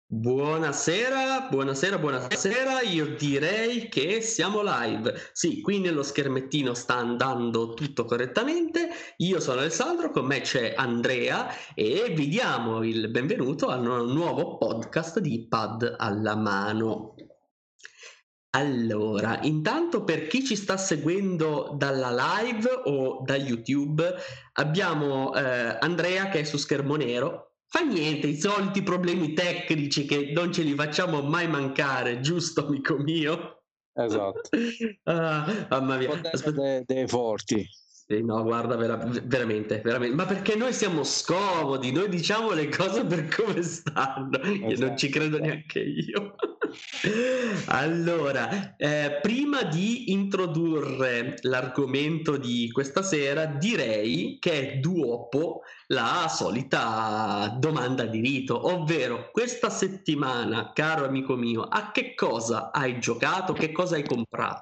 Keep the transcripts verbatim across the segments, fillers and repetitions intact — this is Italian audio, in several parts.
Buonasera, buonasera, buonasera. Io direi che siamo live. Sì, qui nello schermettino sta andando tutto correttamente. Io sono Alessandro, con me c'è Andrea e vi diamo il benvenuto al nu- nuovo podcast di Pad alla mano. Allora, intanto per chi ci sta seguendo dalla live o da YouTube, abbiamo eh, Andrea che è su schermo nero. Fa niente, i soliti problemi tecnici che non ce li facciamo mai mancare, giusto, amico mio? Esatto. Ah, mamma mia. Potere Aspetta. de- dei forti. Sì, no, guarda, vera- veramente, veramente, ma perché noi siamo scomodi, noi diciamo le cose per come stanno, io non ci Esatto, credo esatto. neanche io. Allora, eh, prima di introdurre l'argomento di questa sera, direi che è duopo la solita domanda di rito, ovvero questa settimana, caro amico mio, a che cosa hai giocato, che cosa hai comprato?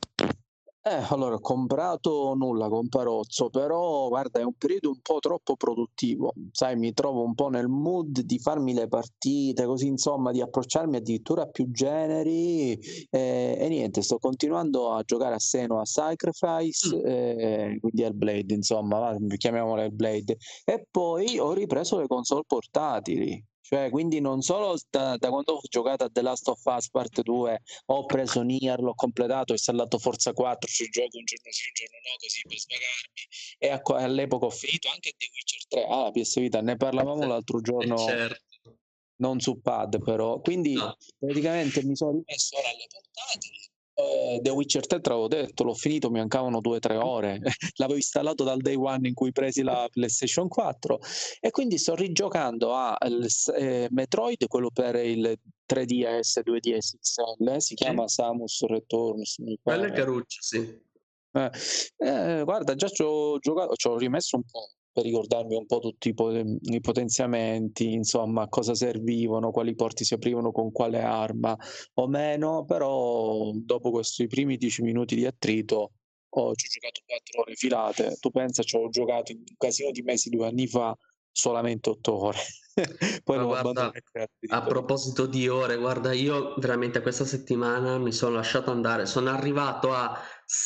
Eh, allora, ho comprato nulla con Parozzo, però guarda, è un periodo un po' troppo produttivo. Sai, mi trovo un po' nel mood di farmi le partite, così insomma, di approcciarmi addirittura a più generi. eh, e niente, sto continuando a giocare a seno a Sacrifice, Mm. eh, quindi Hellblade, insomma, va, chiamiamolo Hellblade. E poi ho ripreso le console portatili. Cioè, quindi non solo da, da quando ho giocato a The Last of Us Part due ho preso Nier, l'ho completato, ho installato Forza quattro, ci gioco un giorno sì, un giorno no, così per svagarmi. E a qua- all'epoca ho finito anche The Witcher tre, ah, la P S Vita, ne parlavamo l'altro Eh, giorno, certo. non su pad però. Quindi No. praticamente mi sono rimesso ora alle portatili. Eh, The Witcher tre, te l'avevo detto, l'ho finito, mi mancavano due o tre ore. L'avevo installato dal day one in cui presi la PlayStation quattro e quindi sto rigiocando a il, eh, Metroid, quello per il tre D S, due D S X L, si Sì. chiama Samus Returns, mi Quello è pare. caruccio, sì. Eh, eh, guarda, già ci ho giocato, ci ho rimesso un po' per ricordarmi un po' tutti i, po- i potenziamenti, insomma, a cosa servivano, quali porti si aprivano con quale arma o meno, però dopo questi primi dieci minuti di attrito ho, ci ho giocato quattro ore filate. Tu pensa, ci ho giocato in un casino di mesi due anni fa solamente otto ore, poi Ma l'ho guarda, abbandonato a addirittura. proposito di ore, guarda, io veramente questa settimana mi sono lasciato andare, sono arrivato a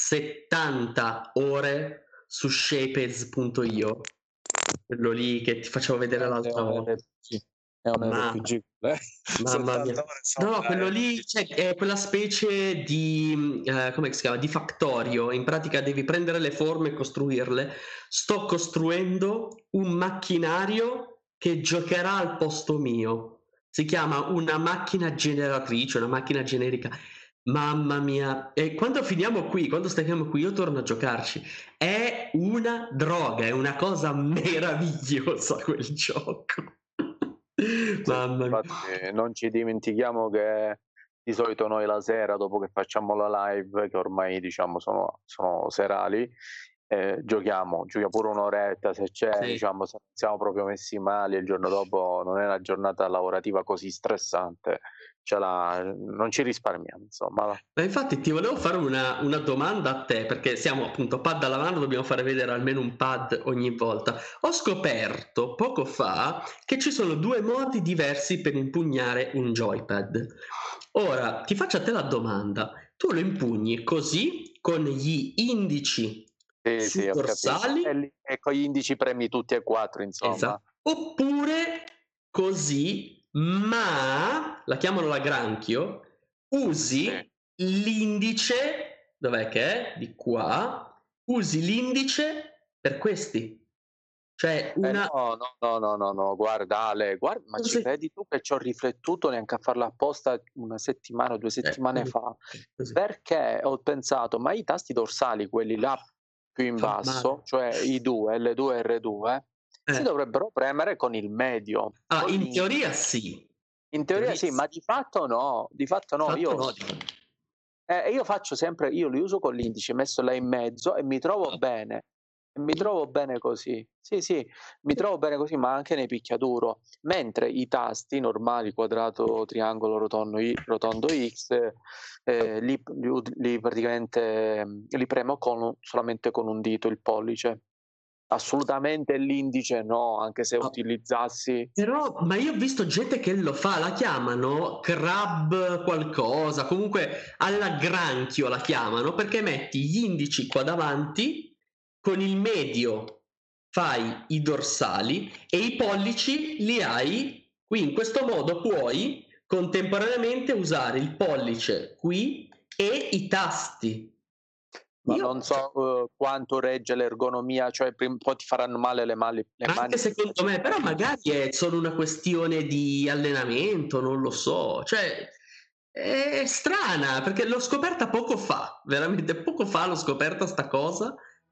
settanta ore su shapez punto io, quello lì che ti facevo vedere È l'altra un volta. R P G, è un Ma R P G, eh? Mamma mia. settanta ore No, no, insomma quello è lì, cioè, è quella specie di, eh, come si chiama? Di factorio. In pratica devi prendere le forme e costruirle. Sto costruendo un macchinario che giocherà al posto mio. Si chiama una macchina generatrice, una macchina generica. Mamma mia. E quando finiamo qui, quando stacchiamo qui, io torno a giocarci. È una droga, è una cosa meravigliosa quel gioco. Sì, Mamma mia. infatti non ci dimentichiamo che di solito noi la sera, dopo che facciamo la live, che ormai diciamo sono, sono serali, eh, giochiamo, giochiamo pure un'oretta se c'è, Sì. diciamo, se non siamo proprio messi male, il giorno dopo non è una giornata lavorativa così stressante, ce la, non ci risparmiamo, insomma. Va. Ma infatti ti volevo fare una, una domanda a te, perché siamo appunto pad alla mano, dobbiamo fare vedere almeno un pad ogni volta. Ho scoperto poco fa che ci sono due modi diversi per impugnare un joypad. Ora ti faccio a te la domanda: tu lo impugni così, con gli indici Sì, sì, sui ho capito. E, dorsali? lì- e con gli indici premi tutti e quattro, insomma. Esatto. Oppure così, ma la chiamano la granchio, Sì. usi l'indice, dov'è che è? Di qua, usi l'indice per questi. Cioè Eh, una no, no, no, no, no, no, guarda Ale, guarda, ma ci così. credi tu che ci ho riflettuto neanche a farla apposta una settimana o due Eh, settimane così, fa, così. perché ho pensato, ma i tasti dorsali, quelli là più in Fa male. basso, cioè i due, L due e R due, si Eh. dovrebbero premere con il medio, Ah, con in l'indice. teoria sì. In In teoria teoria sì, sì. ma di fatto no, di fatto Di no, fatto io no, di fatto. eh, io faccio sempre, io li uso con l'indice messo là in mezzo e mi trovo bene, e mi trovo bene così. Sì, sì, mi trovo bene così, ma anche nei picchiaduro. Mentre i tasti normali, quadrato, triangolo, rotondo, Y- rotondo X, eh, li, li ut- li praticamente mm, li premo con, solamente con un dito, il pollice. Assolutamente l'indice no, anche se Ah, utilizzassi però, ma io ho visto gente che lo fa, la chiamano crab qualcosa, comunque alla granchio la chiamano, perché metti gli indici qua davanti, con il medio fai i dorsali e i pollici li hai qui. In questo modo puoi contemporaneamente usare il pollice qui e i tasti. ma non Io, cioè, so, uhm, quanto regge l'ergonomia, cioè prim poi ti faranno male le mali le anche mani più secondo me, però facilmente. magari è solo una questione di allenamento, non lo so. Cioè, è strana, perché l'ho scoperta poco fa, veramente poco fa l'ho scoperta sta cosa.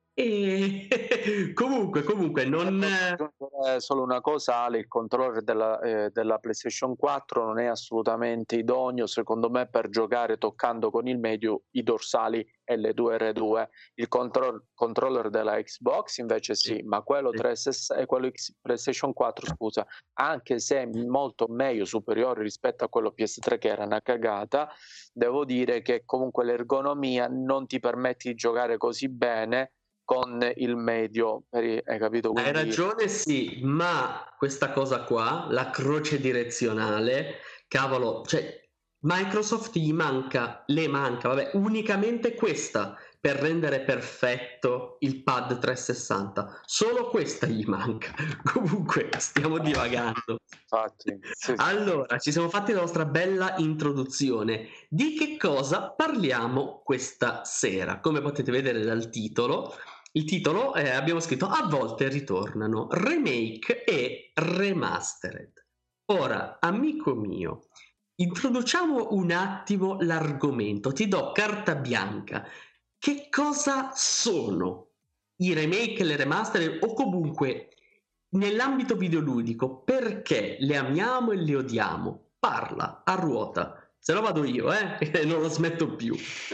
E comunque, comunque, Se non. posso aggiungere solo una cosa, Ale, il controller della, ehm, della PlayStation quattro non è assolutamente idoneo, secondo me, per giocare toccando con il medio i dorsali L due R due. Il control controller della Xbox invece Sì, sì, ma quello sì. trecentosessanta e quello X PlayStation quattro scusa, anche se molto meglio, superiore rispetto a quello P S tre che era una cagata, devo dire che comunque l'ergonomia non ti permette di giocare così bene con il medio, per i hai capito? Hai Quindi ragione, sì, ma questa cosa qua, la croce direzionale, cavolo, cioè Microsoft gli manca, le manca, vabbè, unicamente questa per rendere perfetto il pad trecentosessanta. Solo questa gli manca. Comunque, stiamo divagando. infatti, sì, sì. Allora, ci siamo fatti la nostra bella introduzione. Di che cosa parliamo questa sera? Come potete vedere dal titolo, il titolo eh, abbiamo scritto a volte ritornano remake e remastered. Ora, amico mio, introduciamo un attimo l'argomento. Ti do carta bianca. Che cosa sono i remake e le remastered o comunque nell'ambito videoludico perché le amiamo e le odiamo? Parla a ruota, se no vado io, eh, e non lo smetto più.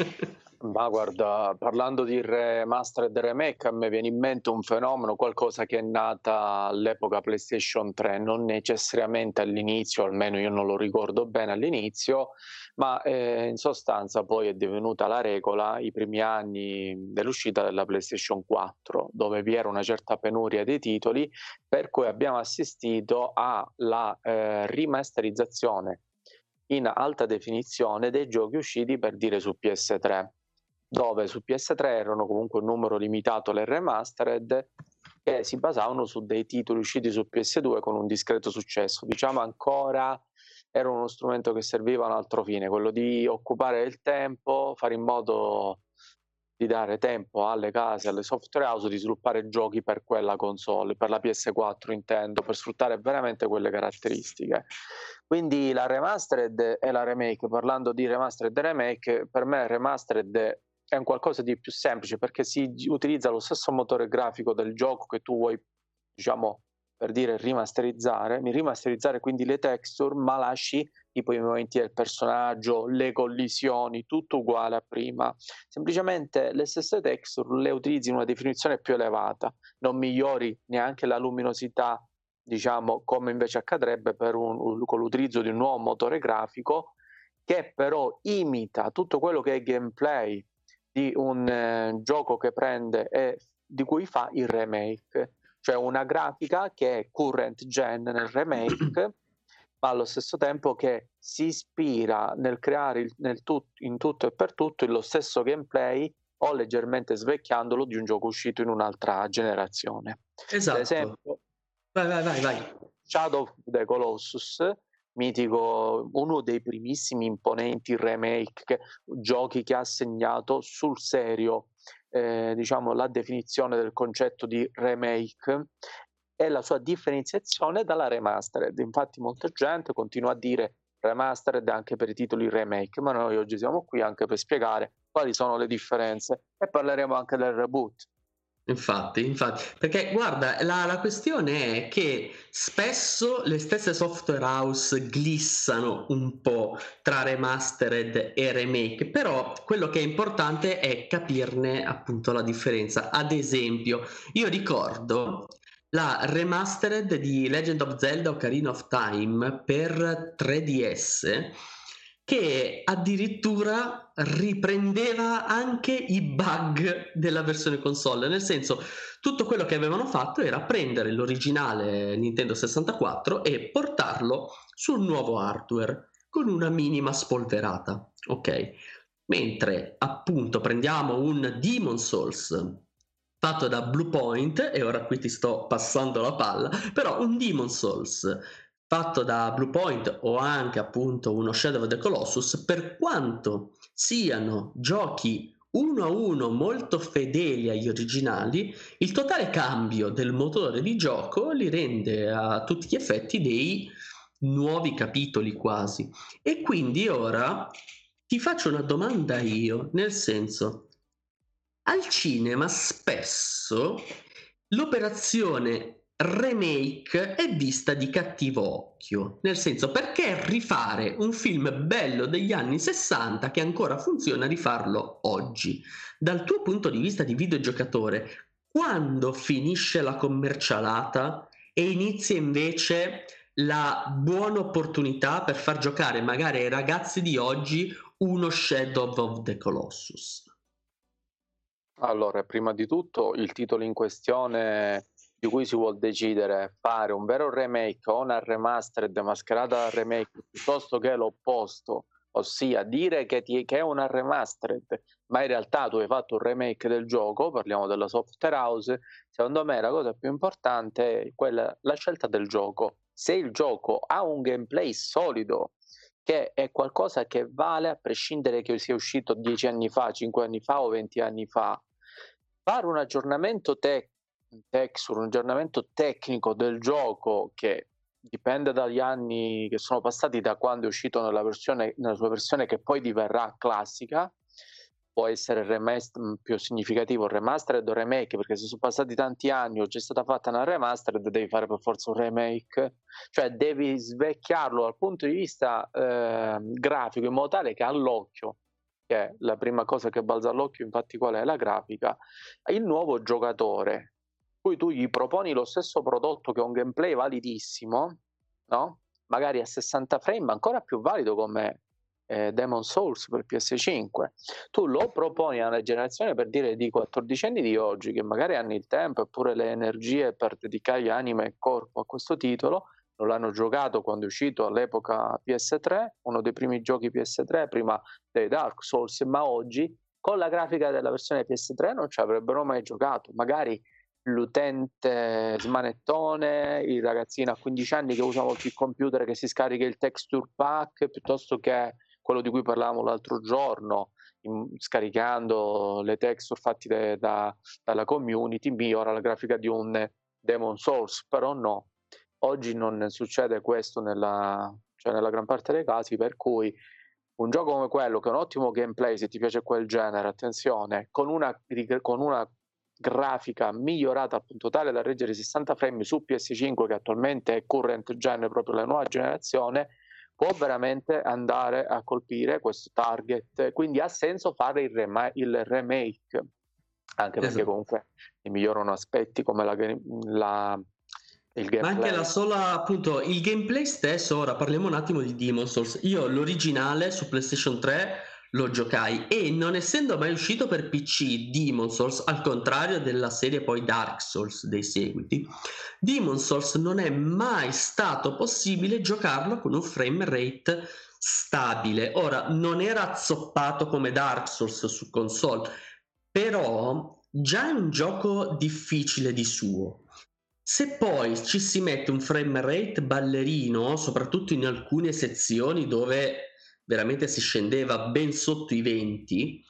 Ma guarda, parlando di remastered e remake, a me viene in mente un fenomeno, qualcosa che è nata all'epoca PlayStation tre, non necessariamente all'inizio, almeno io non lo ricordo bene all'inizio, ma eh, in sostanza poi è divenuta la regola i primi anni dell'uscita della PlayStation quattro, dove vi era una certa penuria dei titoli, per cui abbiamo assistito alla eh, rimasterizzazione in alta definizione dei giochi usciti per dire su P S tre, dove su P S tre erano comunque un numero limitato le remastered che si basavano su dei titoli usciti su P S due con un discreto successo. Diciamo ancora era uno strumento che serviva a un altro fine, quello di occupare il tempo, fare in modo di dare tempo alle case, alle software house di sviluppare giochi per quella console, per la P S quattro intendo, per sfruttare veramente quelle caratteristiche. Quindi la remastered e la remake, parlando di remastered e remake, per me remastered è un qualcosa di più semplice perché si utilizza lo stesso motore grafico del gioco che tu vuoi, diciamo, per dire rimasterizzare, rimasterizzare quindi le texture, ma lasci tipo i movimenti del personaggio, le collisioni, tutto uguale a prima. Semplicemente le stesse texture le utilizzi in una definizione più elevata, non migliori neanche la luminosità, diciamo, come invece accadrebbe per un, con l'utilizzo di un nuovo motore grafico che però imita tutto quello che è gameplay di un eh, gioco che prende e di cui fa il remake, cioè una grafica che è current gen nel remake, ma allo stesso tempo che si ispira nel creare il, nel tut, in tutto e per tutto lo stesso gameplay o leggermente svecchiandolo di un gioco uscito in un'altra generazione. Ad Esatto. esempio, Vai, vai, vai, vai. Shadow of the Colossus, mitico, uno dei primissimi imponenti remake, che, giochi che ha segnato sul serio eh, diciamo, la definizione del concetto di remake e la sua differenziazione dalla remastered. Infatti molta gente continua a dire remastered anche per i titoli remake, ma noi oggi siamo qui anche per spiegare quali sono le differenze e parleremo anche del reboot. Infatti, infatti, perché guarda, la, la questione è che spesso le stesse software house glissano un po' tra remastered e remake, però quello che è importante è capirne appunto la differenza. Ad esempio, io ricordo la remastered di Legend of Zelda Ocarina of Time per tre D S che addirittura riprendeva anche i bug della versione console, nel senso, tutto quello che avevano fatto era prendere l'originale Nintendo sessantaquattro e portarlo sul nuovo hardware con una minima spolverata, ok? Mentre appunto prendiamo un Demon's Souls fatto da Bluepoint, e ora qui ti sto passando la palla, però un Demon's Souls fatto da Bluepoint o anche appunto uno Shadow of the Colossus, per quanto siano giochi uno a uno molto fedeli agli originali, il totale cambio del motore di gioco li rende a tutti gli effetti dei nuovi capitoli quasi. E quindi ora ti faccio una domanda io, nel senso, al cinema spesso l'operazione remake è vista di cattivo occhio, nel senso, perché rifare un film bello degli anni sessanta che ancora funziona, rifarlo oggi? Dal tuo punto di vista di videogiocatore, quando finisce la commercialata e inizia invece la buona opportunità per far giocare magari ai ragazzi di oggi uno Shadow of the Colossus? Allora, prima di tutto il titolo in questione di cui si vuol decidere fare un vero remake o una remastered mascherata da remake, piuttosto che l'opposto, ossia dire che, ti, che è una remastered, ma in realtà tu hai fatto un remake del gioco, parliamo della software house, secondo me la cosa più importante è quella, la scelta del gioco. Se il gioco ha un gameplay solido, che è qualcosa che vale a prescindere che sia uscito dieci anni fa, cinque anni fa o venti anni fa, fare un aggiornamento tech, texture, un aggiornamento tecnico del gioco che dipende dagli anni che sono passati da quando è uscito nella, versione, nella sua versione che poi diverrà classica, può essere remaster, più significativo remastered o remake, perché se sono passati tanti anni o c'è stata fatta una remastered devi fare per forza un remake, cioè devi svecchiarlo dal punto di vista eh, grafico in modo tale che all'occhio, che è la prima cosa che balza all'occhio, infatti qual è? La grafica, il nuovo giocatore, poi tu gli proponi lo stesso prodotto che ha un gameplay validissimo, no? Magari a sessanta frame, ancora più valido come eh, Demon's Souls per P S cinque, tu lo proponi alla generazione, per dire, di quattordicenni di oggi, che magari hanno il tempo e pure le energie per dedicare anima e corpo a questo titolo, non l'hanno giocato quando è uscito all'epoca P S tre, uno dei primi giochi P S tre prima dei Dark Souls, ma oggi con la grafica della versione P S tre non ci avrebbero mai giocato. Magari l'utente smanettone, il ragazzino a quindici anni che usa molto il computer, che si scarica il texture pack, piuttosto che quello di cui parlavamo l'altro giorno, in, scaricando le texture fatte da, dalla community, migliora la grafica di un Demon Souls. Però no, oggi non succede questo nella, cioè nella gran parte dei casi, per cui un gioco come quello, che è un ottimo gameplay, se ti piace quel genere, attenzione, con una, con una grafica migliorata al punto tale da reggere sessanta frame su P S cinque, che attualmente è current gen, proprio la nuova generazione, può veramente andare a colpire questo target, quindi ha senso fare il, rema- il remake, anche perché Esatto. comunque ne migliorano aspetti come la, la il gameplay. Ma anche la sola, appunto, il gameplay stesso. Ora parliamo un attimo di Demon's Souls. Io l'originale su PlayStation tre lo giocai, e non essendo mai uscito per P C Demon's Souls, al contrario della serie poi Dark Souls dei seguiti, Demon's Souls non è mai stato possibile giocarlo con un frame rate stabile. Ora, non era zoppato come Dark Souls su console, però già è un gioco difficile di suo. Se poi ci si mette un frame rate ballerino, soprattutto in alcune sezioni dove veramente si scendeva ben sotto i venti,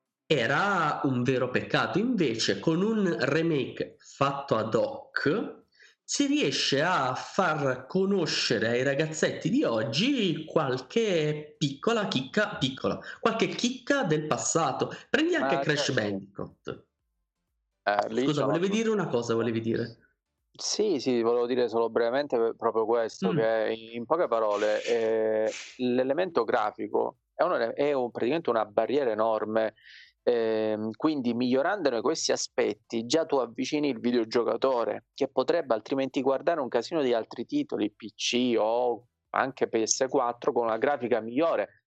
era un vero peccato. Invece con un remake fatto ad hoc si riesce a far conoscere ai ragazzetti di oggi qualche piccola chicca, piccola, qualche chicca del passato. Prendi anche Ma Crash certo, Bandicoot. eh, lì Scusa, sono volevi dire una cosa, assolutamente. volevi dire? Sì, sì, volevo dire solo brevemente proprio questo, Mm. che in poche parole eh, l'elemento grafico è, un, è un, praticamente una barriera enorme, eh, quindi migliorandone questi aspetti già tu avvicini il videogiocatore, che potrebbe altrimenti guardare un casino di altri titoli P C o anche P S quattro con una grafica migliore,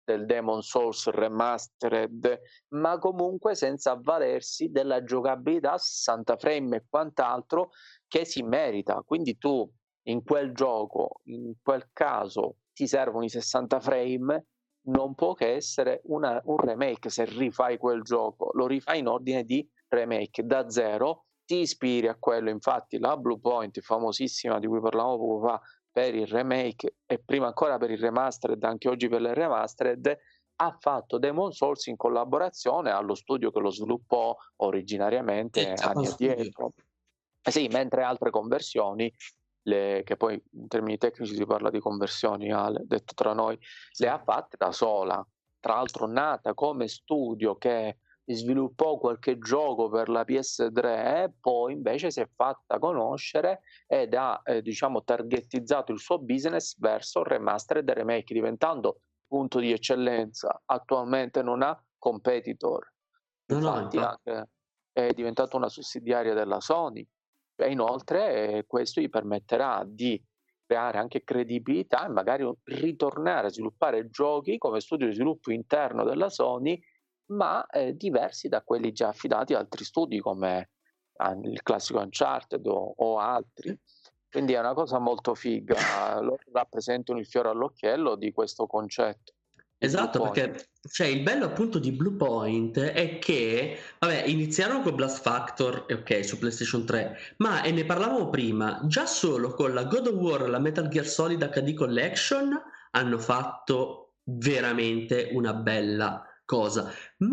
del Demon Souls Remastered, ma comunque senza avvalersi della giocabilità a sessanta frame e quant'altro che si merita. Quindi tu in quel gioco, in quel caso, ti servono i sessanta frame, non può che essere una, un remake. Se rifai quel gioco, lo rifai in ordine di remake da zero, ti ispiri a quello. Infatti la Bluepoint, famosissima, di cui parlavamo poco fa, per il remake e prima ancora per il remastered, anche oggi per le remastered, ha fatto Demon Souls in collaborazione allo studio che lo sviluppò originariamente anni addietro. Eh sì, mentre altre conversioni, le, che poi in termini tecnici si parla di conversioni, Ale, detto tra noi, sì, le ha fatte da sola. Tra l'altro nata come studio che sviluppò qualche gioco per la P S tre e poi invece si è fatta conoscere ed ha eh, diciamo targettizzato il suo business verso remastered e remake, diventando punto di eccellenza. Attualmente non ha competitor, infatti, no, no, anche, è diventata una sussidiaria della Sony e inoltre eh, questo gli permetterà di creare anche credibilità e magari ritornare a sviluppare giochi come studio di sviluppo interno della Sony, ma eh, diversi da quelli già affidati a altri studi come eh, il classico Uncharted o, o altri. Quindi è una cosa molto figa, loro rappresentano il fiore all'occhiello di questo concetto. Esatto, perché cioè, il bello appunto di Bluepoint è che, vabbè, iniziarono con Blast Factor, ok, su PlayStation tre, ma, e ne parlavamo prima, già solo con la God of War e la Metal Gear Solid acca di Collection hanno fatto veramente una bella cosa.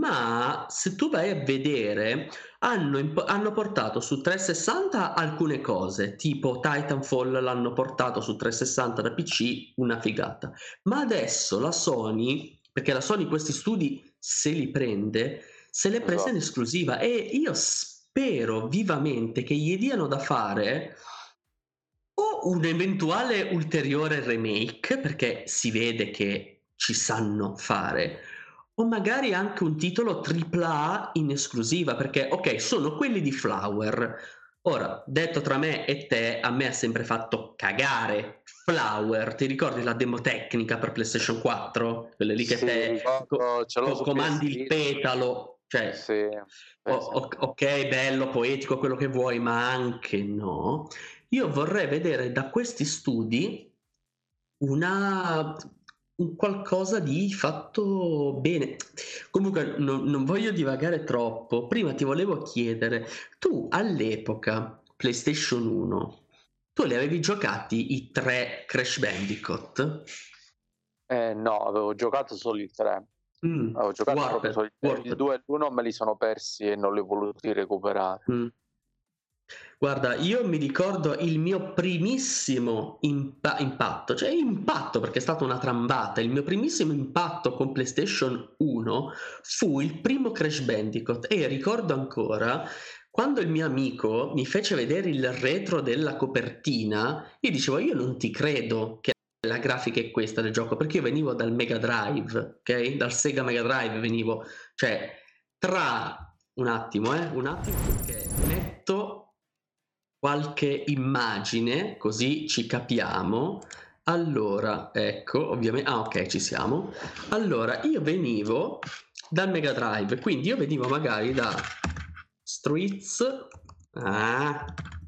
Ma se tu vai a vedere, hanno, imp- hanno portato su trecentosessanta alcune cose, tipo Titanfall l'hanno portato su trecentosessanta da P C, una figata. Ma adesso la Sony, perché la Sony questi studi se li prende, se li è presa in esclusiva, e io spero vivamente che gli diano da fare o un eventuale ulteriore remake, perché si vede che ci sanno fare, o magari anche un titolo tripla A in esclusiva, perché ok, sono quelli di Flower. Ora, detto tra me e te, a me ha sempre fatto cagare Flower. Ti ricordi la demo tecnica per PlayStation quattro? Quelle lì che sì, te ricordo, ce l'ho co- su comandi P S P. il petalo, cioè sì, o- o- ok, bello, poetico, quello che vuoi, ma anche no. Io vorrei vedere da questi studi una un qualcosa di fatto bene. Comunque non, non voglio divagare troppo. Prima ti volevo chiedere, tu all'epoca PlayStation uno, tu li avevi giocati i tre Crash Bandicoot? Eh, no, avevo giocato solo il tre. Mm, Avevo giocato Warped, proprio solo il tre. Il Warped. due e l'uno me li sono persi e non li ho voluti recuperare. Mm. Guarda, io mi ricordo il mio primissimo impa- impatto, cioè impatto perché è stata una trambata, il mio primissimo impatto con PlayStation uno fu il primo Crash Bandicoot e ricordo ancora quando il mio amico mi fece vedere il retro della copertina, io dicevo io non ti credo che la grafica è questa del gioco, perché io venivo dal Mega Drive, ok? Dal Sega Mega Drive venivo, cioè tra un attimo, eh, un attimo perché metto qualche immagine così ci capiamo. Allora, ecco, ovviamente, ah ok, ci siamo. Allora, io venivo dal Mega Drive, quindi io venivo magari da Streets, ah,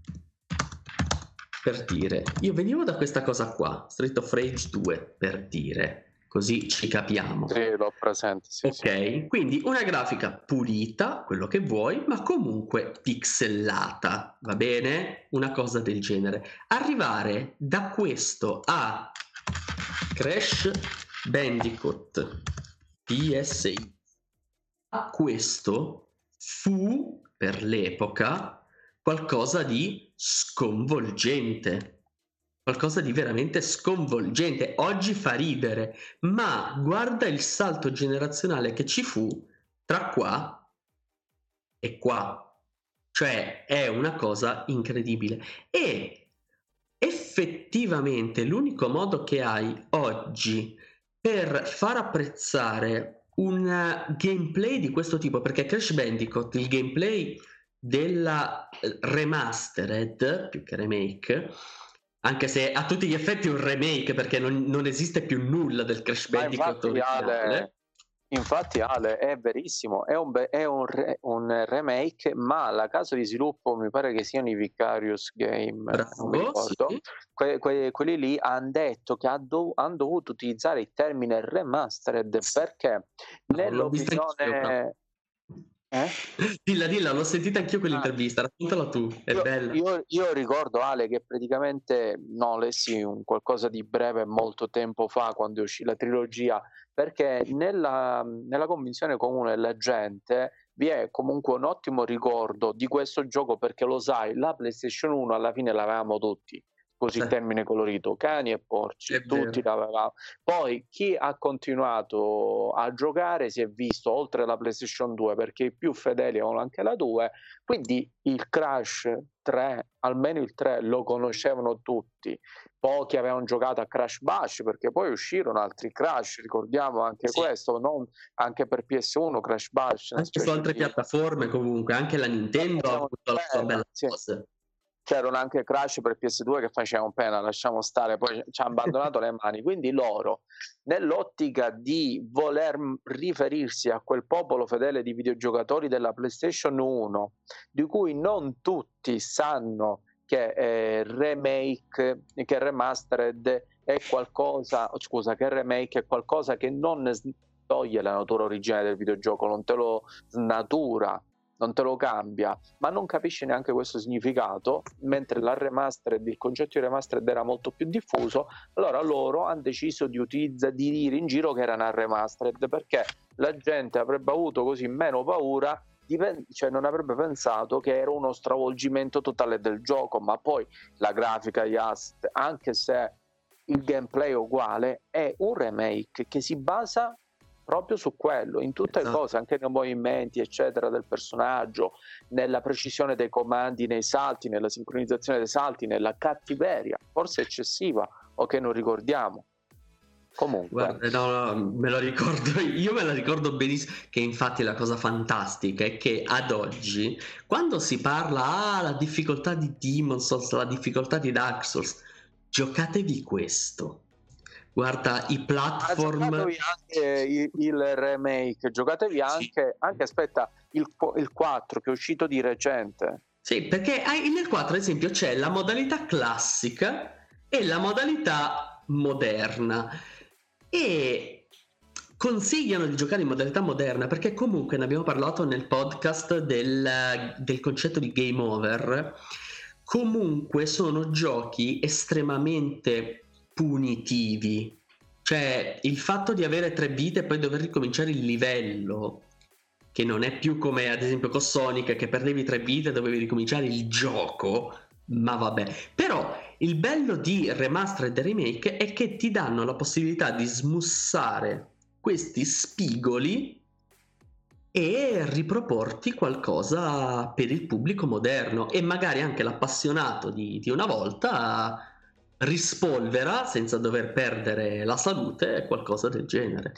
per dire, io venivo da questa cosa qua, Street of Rage due, per dire, così ci capiamo. Sì, l'ho presente, sì, ok, sì. quindi una grafica pulita, quello che vuoi, ma comunque pixellata, va bene? Una cosa del genere. Arrivare da questo a Crash Bandicoot P S I, a questo fu per l'epoca qualcosa di sconvolgente. Qualcosa di veramente sconvolgente. Oggi fa ridere, ma guarda il salto generazionale che ci fu tra qua e qua. Cioè è una cosa incredibile. E effettivamente l'unico modo che hai oggi per far apprezzare un gameplay di questo tipo, perché Crash Bandicoot, il gameplay della remastered più che remake, Anche se a tutti gli effetti è un remake, perché non, non esiste più nulla del Crash Ma Bandicoot infatti originale. Ale, infatti Ale, è verissimo, è un, be- è un, re- un remake, ma la casa di sviluppo mi pare che siano i Vicarious Game, non mi Bravo, ricordo, sì. que- que- quelli lì hanno detto che hanno dovuto utilizzare il termine remastered perché No, l'ho vista anch'io, però. nell'opinione... Eh? Dilla, dilla, l'ho sentita anch'io Ah, quell'intervista, raccontala tu, è Io, bella. io- io ricordo Ale che praticamente no, lessi un qualcosa di breve molto tempo fa quando uscì la trilogia, perché nella, nella convinzione comune della gente vi è comunque un ottimo ricordo di questo gioco perché lo sai, la PlayStation uno alla fine l'avevamo tutti, così Sì, termine colorito, cani e porci, è tutti vero. l'avevamo. Poi chi ha continuato a giocare si è visto oltre la PlayStation due perché i più fedeli avevano anche la due, quindi il Crash tre, almeno il tre lo conoscevano tutti. Pochi avevano giocato a Crash Bash perché poi uscirono altri Crash, ricordiamo anche Sì, questo, non anche per P S uno Crash Bash, una anche su specie altre di... piattaforme comunque, anche la Nintendo ha Facevano avuto la sua pena, bella sì. cosa. C'erano anche Crash per P S due che facevano pena, lasciamo stare, poi ci ha abbandonato le mani. Quindi loro, nell'ottica di voler riferirsi a quel popolo fedele di videogiocatori della PlayStation uno, di cui non tutti sanno che eh, remake, che remastered è qualcosa, scusa, che remake è qualcosa che non toglie la natura originale del videogioco, non te lo snatura, non te lo cambia, ma non capisci neanche questo significato, mentre la remastered, il concetto di remastered era molto più diffuso, allora loro hanno deciso di utilizzare, di dire in giro che era una remastered, perché la gente avrebbe avuto così meno paura, cioè non avrebbe pensato che era uno stravolgimento totale del gioco, ma poi la grafica, gli asset, anche se il gameplay è uguale, è un remake che si basa proprio su quello, in tutte le Esatto. cose, anche nei movimenti, eccetera, del personaggio, nella precisione dei comandi, nei salti, nella sincronizzazione dei salti, nella cattiveria, forse eccessiva o che non ricordiamo. Comunque, Guarda, no, no, me lo ricordo, io me la ricordo benissimo, che infatti la cosa fantastica è che ad oggi, quando si parla, ah, la difficoltà di Demon's Souls, la difficoltà di Dark Souls, giocatevi questo. Guarda, i ha platform... giocatevi anche il, il remake, giocatevi anche, sì. anche aspetta, il, il quattro che è uscito di recente. Sì, perché nel quattro, ad esempio, c'è la modalità classica e la modalità moderna. E consigliano di giocare in modalità moderna perché comunque ne abbiamo parlato nel podcast del, del concetto di game over. Comunque sono giochi estremamente punitivi, cioè il fatto di avere tre vite e poi dover ricominciare il livello, che non è più come ad esempio con Sonic che perdevi tre vite e dovevi ricominciare il gioco, ma vabbè. Però il bello di remastered e remake è che ti danno la possibilità di smussare questi spigoli e riproporti qualcosa per il pubblico moderno, e magari anche l'appassionato di, di una volta rispolvera senza dover perdere la salute, qualcosa del genere.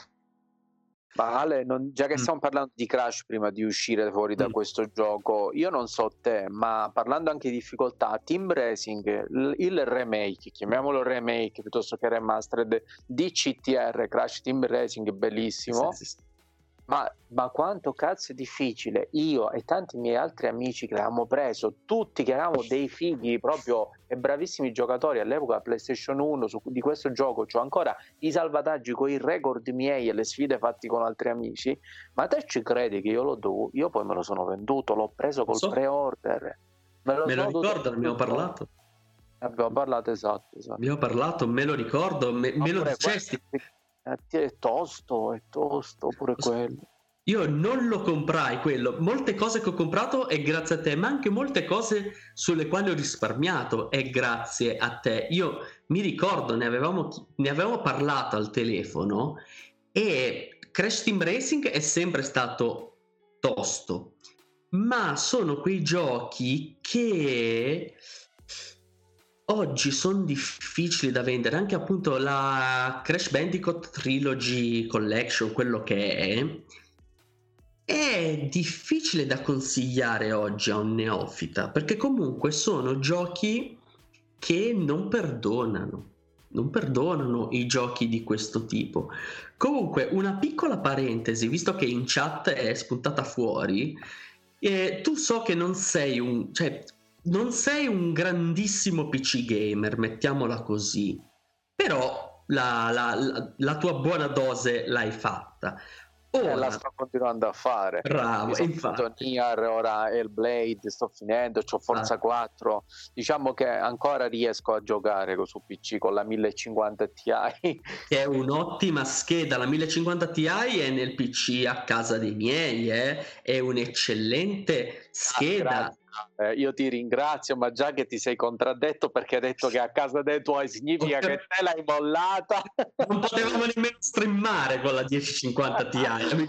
Ma Ale, non, già che Mm. stiamo parlando di Crash prima di uscire fuori da Mm. questo gioco, io non so te, ma parlando anche di difficoltà, Team Racing, il, il remake, chiamiamolo remake piuttosto che remastered, di C T R, Crash Team Racing, bellissimo, Sì, sì, sì. Ma, ma quanto cazzo è difficile. Io e tanti miei altri amici che l'avevamo preso, tutti che eravamo dei figli proprio e bravissimi giocatori all'epoca PlayStation uno su, di questo gioco, c'ho ancora i salvataggi con i record miei e le sfide fatte con altri amici. Ma te ci credi che io l'ho dovuto? Io poi me lo sono venduto, l'ho preso col So. pre-order. Me lo, Me lo sono ricordo, ne abbiamo tutto. parlato. Abbiamo parlato, esatto, esatto. Abbiamo parlato, me lo ricordo, me, me lo dicesti. È tosto, è tosto pure quello. Io non lo comprai quello, molte cose che ho comprato è grazie a te, ma anche molte cose sulle quali ho risparmiato è grazie a te. Io mi ricordo, ne avevamo, ne avevamo parlato al telefono, e Crash Team Racing è sempre stato tosto, ma sono quei giochi che oggi sono difficili da vendere. Anche appunto la Crash Bandicoot Trilogy Collection, quello che è, è difficile da consigliare oggi a un neofita, perché comunque sono giochi che non perdonano. Non perdonano i giochi di questo tipo. Comunque, una piccola parentesi, visto che in chat è spuntata fuori, eh, tu so che non sei un, cioè, non sei un grandissimo P C gamer, mettiamola così, però la, la, la, la tua buona dose l'hai fatta. Ora, eh, la sto continuando a fare. Bravo, infatti. Nier, ora Hellblade, sto finendo, c'ho Forza ah. quattro. Diciamo che ancora riesco a giocare su P C con la mille cinquanta Ti. Che è un'ottima scheda, la mille cinquanta Ti è nel P C a casa dei miei, eh? È un'eccellente scheda. Ah, Eh, io ti ringrazio, ma già che ti sei contraddetto perché hai detto che a casa dei tuoi significa che te l'hai mollata. Non potevamo nemmeno streamare con la dieci cinquanta Ti.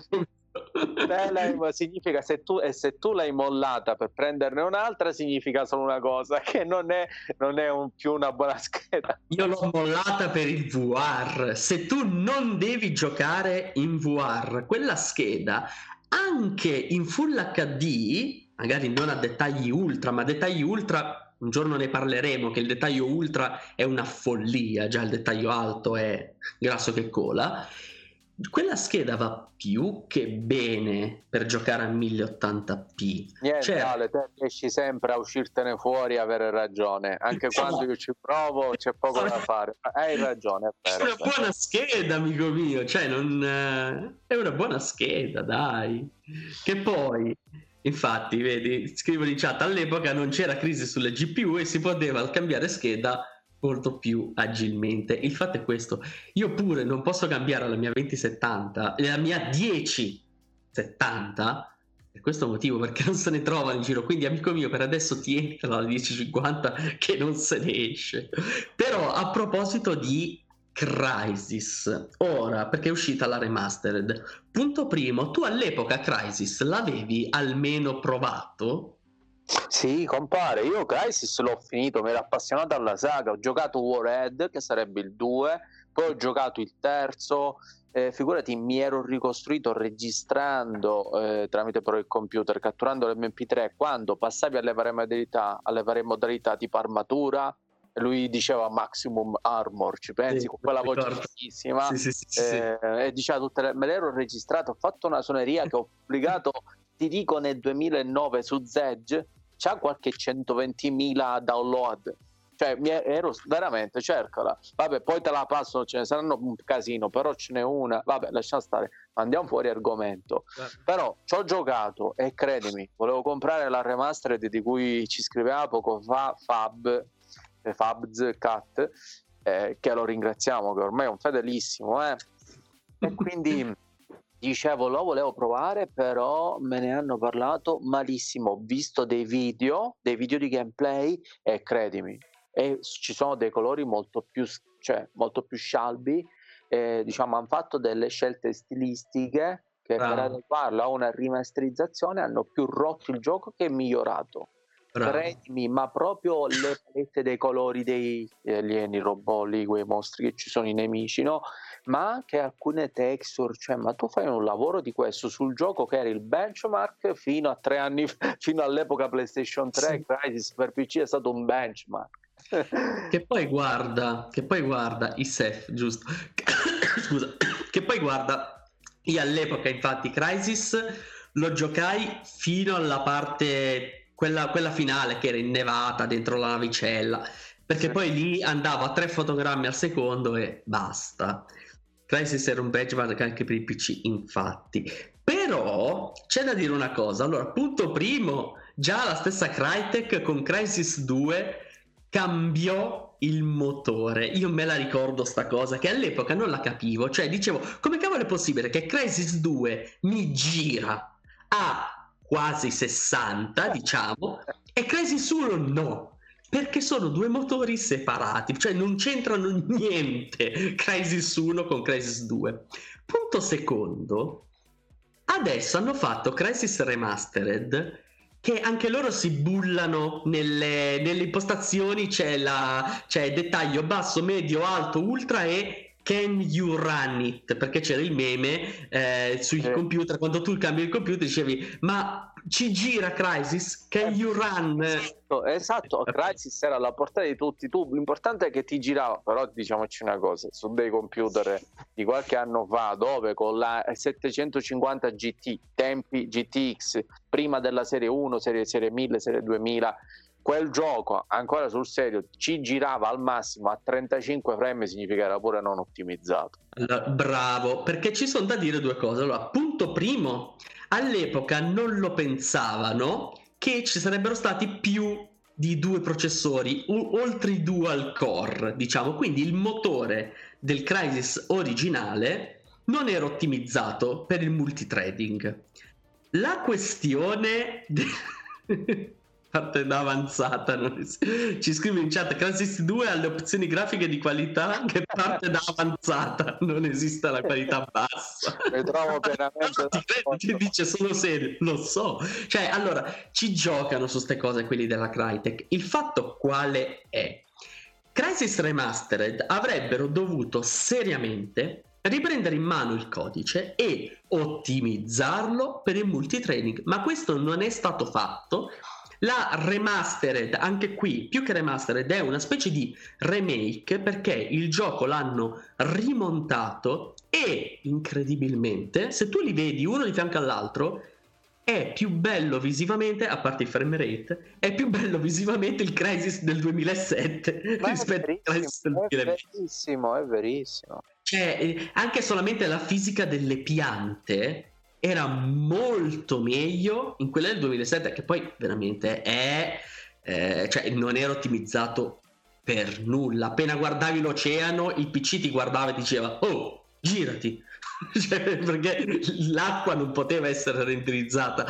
Te l'hai, significa se tu, e se tu l'hai mollata per prenderne un'altra significa solo una cosa, che non è, non è un, più una buona scheda. Io l'ho mollata per il V R. Se tu non devi giocare in V R quella scheda anche in Full acca di, magari non a dettagli ultra, ma a dettagli ultra un giorno ne parleremo, che il dettaglio ultra è una follia, già il dettaglio alto è grasso che cola. Quella scheda va più che bene per giocare a mille ottanta p. Niente, cioè, Ale, te riesci sempre a uscirtene fuori e avere ragione, anche no. quando io ci provo c'è poco da fare. Hai ragione, è vero. È una buona scheda, amico mio, cioè non è una buona scheda, dai. Che poi infatti, vedi, scrivo in chat, all'epoca non c'era crisi sulle G P U e si poteva cambiare scheda molto più agilmente. Il fatto è questo: io pure non posso cambiare la mia venti settanta, la mia dieci settanta, per questo motivo, perché non se ne trova in giro. Quindi, amico mio, per adesso tienitela la dieci cinquanta che non se ne esce. Però a proposito di Crysis, ora, perché è uscita la remastered, punto primo, tu all'epoca Crysis l'avevi almeno provato? Sì, compare, io Crysis l'ho finito, mi ero appassionato alla saga, ho giocato Warhead, che sarebbe il due, poi ho giocato il terzo, eh, figurati, mi ero ricostruito registrando eh, tramite però il computer, catturando l'emme pi tre, quando passavi alle varie modalità, alle varie modalità tipo armatura, e lui diceva maximum armor, ci pensi, sì, con quella voce fighissima, sì, sì, sì, eh, sì. E diceva tutte le... me l'ero registrato, ho fatto una suoneria che ho pubblicato, ti dico, nel duemilanove su Zedge, c'ha qualche centoventimila download, cioè mi ero veramente, cercala, vabbè, poi te la passo, ce ne saranno un casino, però ce n'è una, vabbè, lascia stare, andiamo fuori argomento. eh. Però ci ho giocato e credimi, volevo comprare la remastered di cui ci scriveva poco fa Fab Fabz Cat, eh, che lo ringraziamo, che ormai è un fedelissimo, eh. E quindi dicevo, lo volevo provare, però me ne hanno parlato malissimo. Ho visto dei video, dei video di gameplay e credimi, e ci sono dei colori molto più, cioè molto più scialbi, eh, diciamo, hanno fatto delle scelte stilistiche che ah. per adeguarlo a una rimasterizzazione hanno più rotto il gioco che migliorato. Bravo. Credimi, ma proprio le palette dei colori dei alieni, robot lì, quei mostri che ci sono, i nemici, no? Ma anche alcune texture, cioè, ma tu fai un lavoro di questo sul gioco che era il benchmark fino a tre anni, fino all'epoca PlayStation tre, sì. Crysis per P C è stato un benchmark. Che poi guarda, che poi guarda i S E F, giusto? Scusa, che poi guarda, io all'epoca infatti Crysis lo giocai fino alla parte Quella, quella finale che era innevata dentro la navicella, perché sì. poi lì andavo a tre fotogrammi al secondo e basta. Crysis era un benchmark anche per i P C, infatti. Però c'è da dire una cosa, allora, punto primo, già la stessa Crytek con Crysis due cambiò il motore. Io me la ricordo sta cosa, che all'epoca non la capivo, cioè dicevo, come cavolo è possibile che Crysis due mi gira a quasi sessanta, diciamo, e Crysis uno no, perché sono due motori separati, cioè non c'entrano niente Crysis uno con Crysis due. Punto secondo, adesso hanno fatto Crysis Remastered, che anche loro si bullano nelle, nelle impostazioni, c'è la c'è dettaglio basso, medio, alto, ultra e can you run it, perché c'era il meme eh, sui eh. computer, quando tu cambi il computer dicevi ma ci gira Crysis, can you run? Esatto, esatto. Crysis era alla portata di tutti. Tu, l'importante è che ti girava. Però diciamoci una cosa, su dei computer di qualche anno fa, dove con la settecentocinquanta G T, tempi G T X, prima della serie uno, serie, serie mille, serie duemila, quel gioco ancora sul serio ci girava al massimo a trentacinque frame, significa era pure non ottimizzato. Allora, bravo, perché ci sono da dire due cose. Allora, punto primo, all'epoca non lo pensavano che ci sarebbero stati più di due processori, u- oltre i dual core, diciamo, quindi il motore del Crysis originale non era ottimizzato per il multithreading. La questione de- parte da avanzata, non es- ci scrive in chat: Crysis due ha le opzioni grafiche di qualità che parte da avanzata, non esiste la qualità bassa. Mi trovo pienamente Ti credo, ti dice sono serio, lo so. Cioè, allora, ci giocano su ste cose quelli della Crytek. Il fatto quale è? Crysis Remastered avrebbero dovuto seriamente riprendere in mano il codice e ottimizzarlo per il multithreading, ma questo non è stato fatto. La remastered, anche qui più che remastered, è una specie di remake, perché il gioco l'hanno rimontato e incredibilmente, se tu li vedi uno di fianco all'altro, è più bello visivamente, a parte il frame rate, è più bello visivamente il Crysis del duemilasette Ma rispetto al Crysis del è duemilaventi. verissimo, è verissimo. Cioè, eh, anche solamente la fisica delle piante era molto meglio in quella del duemilasette, che poi veramente è eh, cioè non era ottimizzato per nulla. Appena guardavi l'oceano, il P C ti guardava e diceva oh, girati. Cioè, perché l'acqua non poteva essere renderizzata.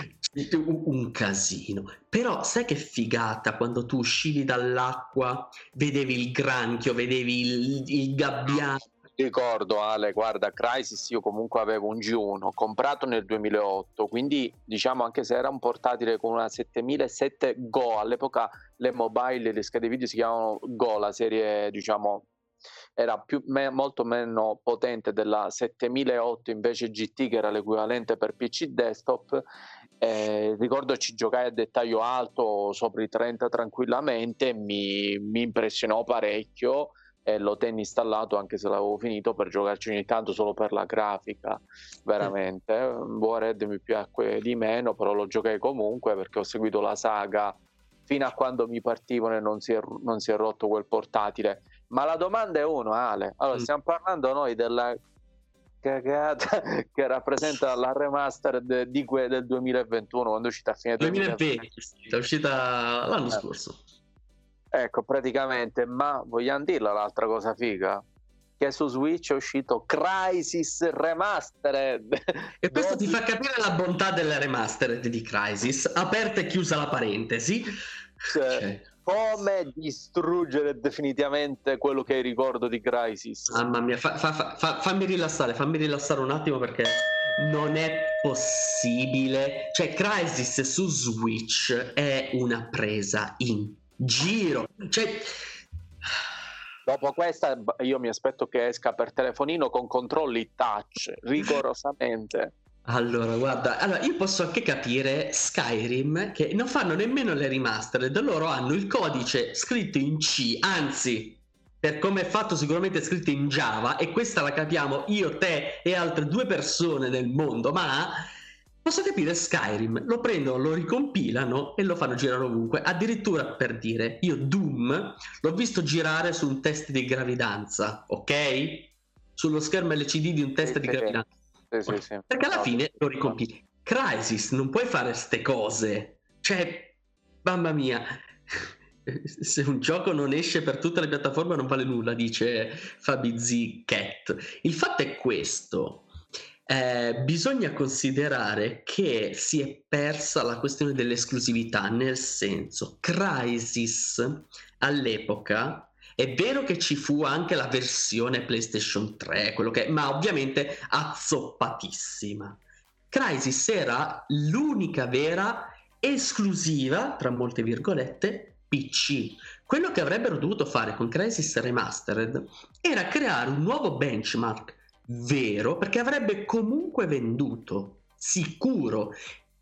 Un, un casino. Però sai che figata quando tu uscivi dall'acqua, vedevi il granchio, vedevi il, il gabbiano. Ricordo, Ale, guarda, Crysis io comunque avevo un G uno comprato nel duemilaotto, quindi diciamo, anche se era un portatile con una settemilasette Go, all'epoca le mobile, le schede video si chiamavano Go, la serie diciamo era più, me, molto meno potente della settemilaotto invece G T, che era l'equivalente per P C desktop. Eh, ricordo ci giocai a dettaglio alto sopra i trenta tranquillamente, mi, mi impressionò parecchio e lo tenni installato anche se l'avevo finito per giocarci ogni tanto solo per la grafica, veramente. Warhead mi piacque di meno, però lo giocai comunque perché ho seguito la saga fino a quando mi partivano e non si è, non si è rotto quel portatile. Ma la domanda è uno, Ale, allora stiamo parlando noi della cagata che rappresenta la remaster de, di que, del duemilaventuno, quando è uscita a fine duemilaventi, è uscita l'anno eh. scorso. Ecco, praticamente, ma vogliamo dirla l'altra cosa figa? Che su Switch è uscito Crysis Remastered. E questo ti fa capire la bontà della remastered di Crysis, aperta e chiusa la parentesi. Cioè, Cioè, come distruggere definitivamente quello che ricordo di Crysis. mamma mia, fa, fa, fa, fammi rilassare, fammi rilassare un attimo, perché non è possibile. Cioè, Crysis su Switch è una presa in giro. Cioè, dopo questa io mi aspetto che esca per telefonino con controlli touch, rigorosamente. Allora, guarda, allora io posso anche capire Skyrim, che non fanno nemmeno le remastered, loro hanno il codice scritto in C, anzi, per come è fatto sicuramente è scritto in Java, e questa la capiamo io, te e altre due persone nel mondo, ma posso capire Skyrim, lo prendono, lo ricompilano e lo fanno girare ovunque. Addirittura, per dire, io Doom l'ho visto girare su un test di gravidanza, ok? Sullo schermo L C D di un test Sì, di sì, gravidanza. sì, sì, sì. Perché alla No, fine lo ricompili. Crysis non puoi fare ste cose. Cioè, mamma mia. Se un gioco non esce per tutte le piattaforme non vale nulla, dice Fabi Z Cat. Il fatto è questo. Eh, bisogna considerare che si è persa la questione dell'esclusività, nel senso, Crysis all'epoca è vero che ci fu anche la versione PlayStation tre, quello che è, ma ovviamente azzoppatissima. Crysis era l'unica vera esclusiva, tra molte virgolette, P C. Quello che avrebbero dovuto fare con Crysis Remastered era creare un nuovo benchmark vero, perché avrebbe comunque venduto, sicuro.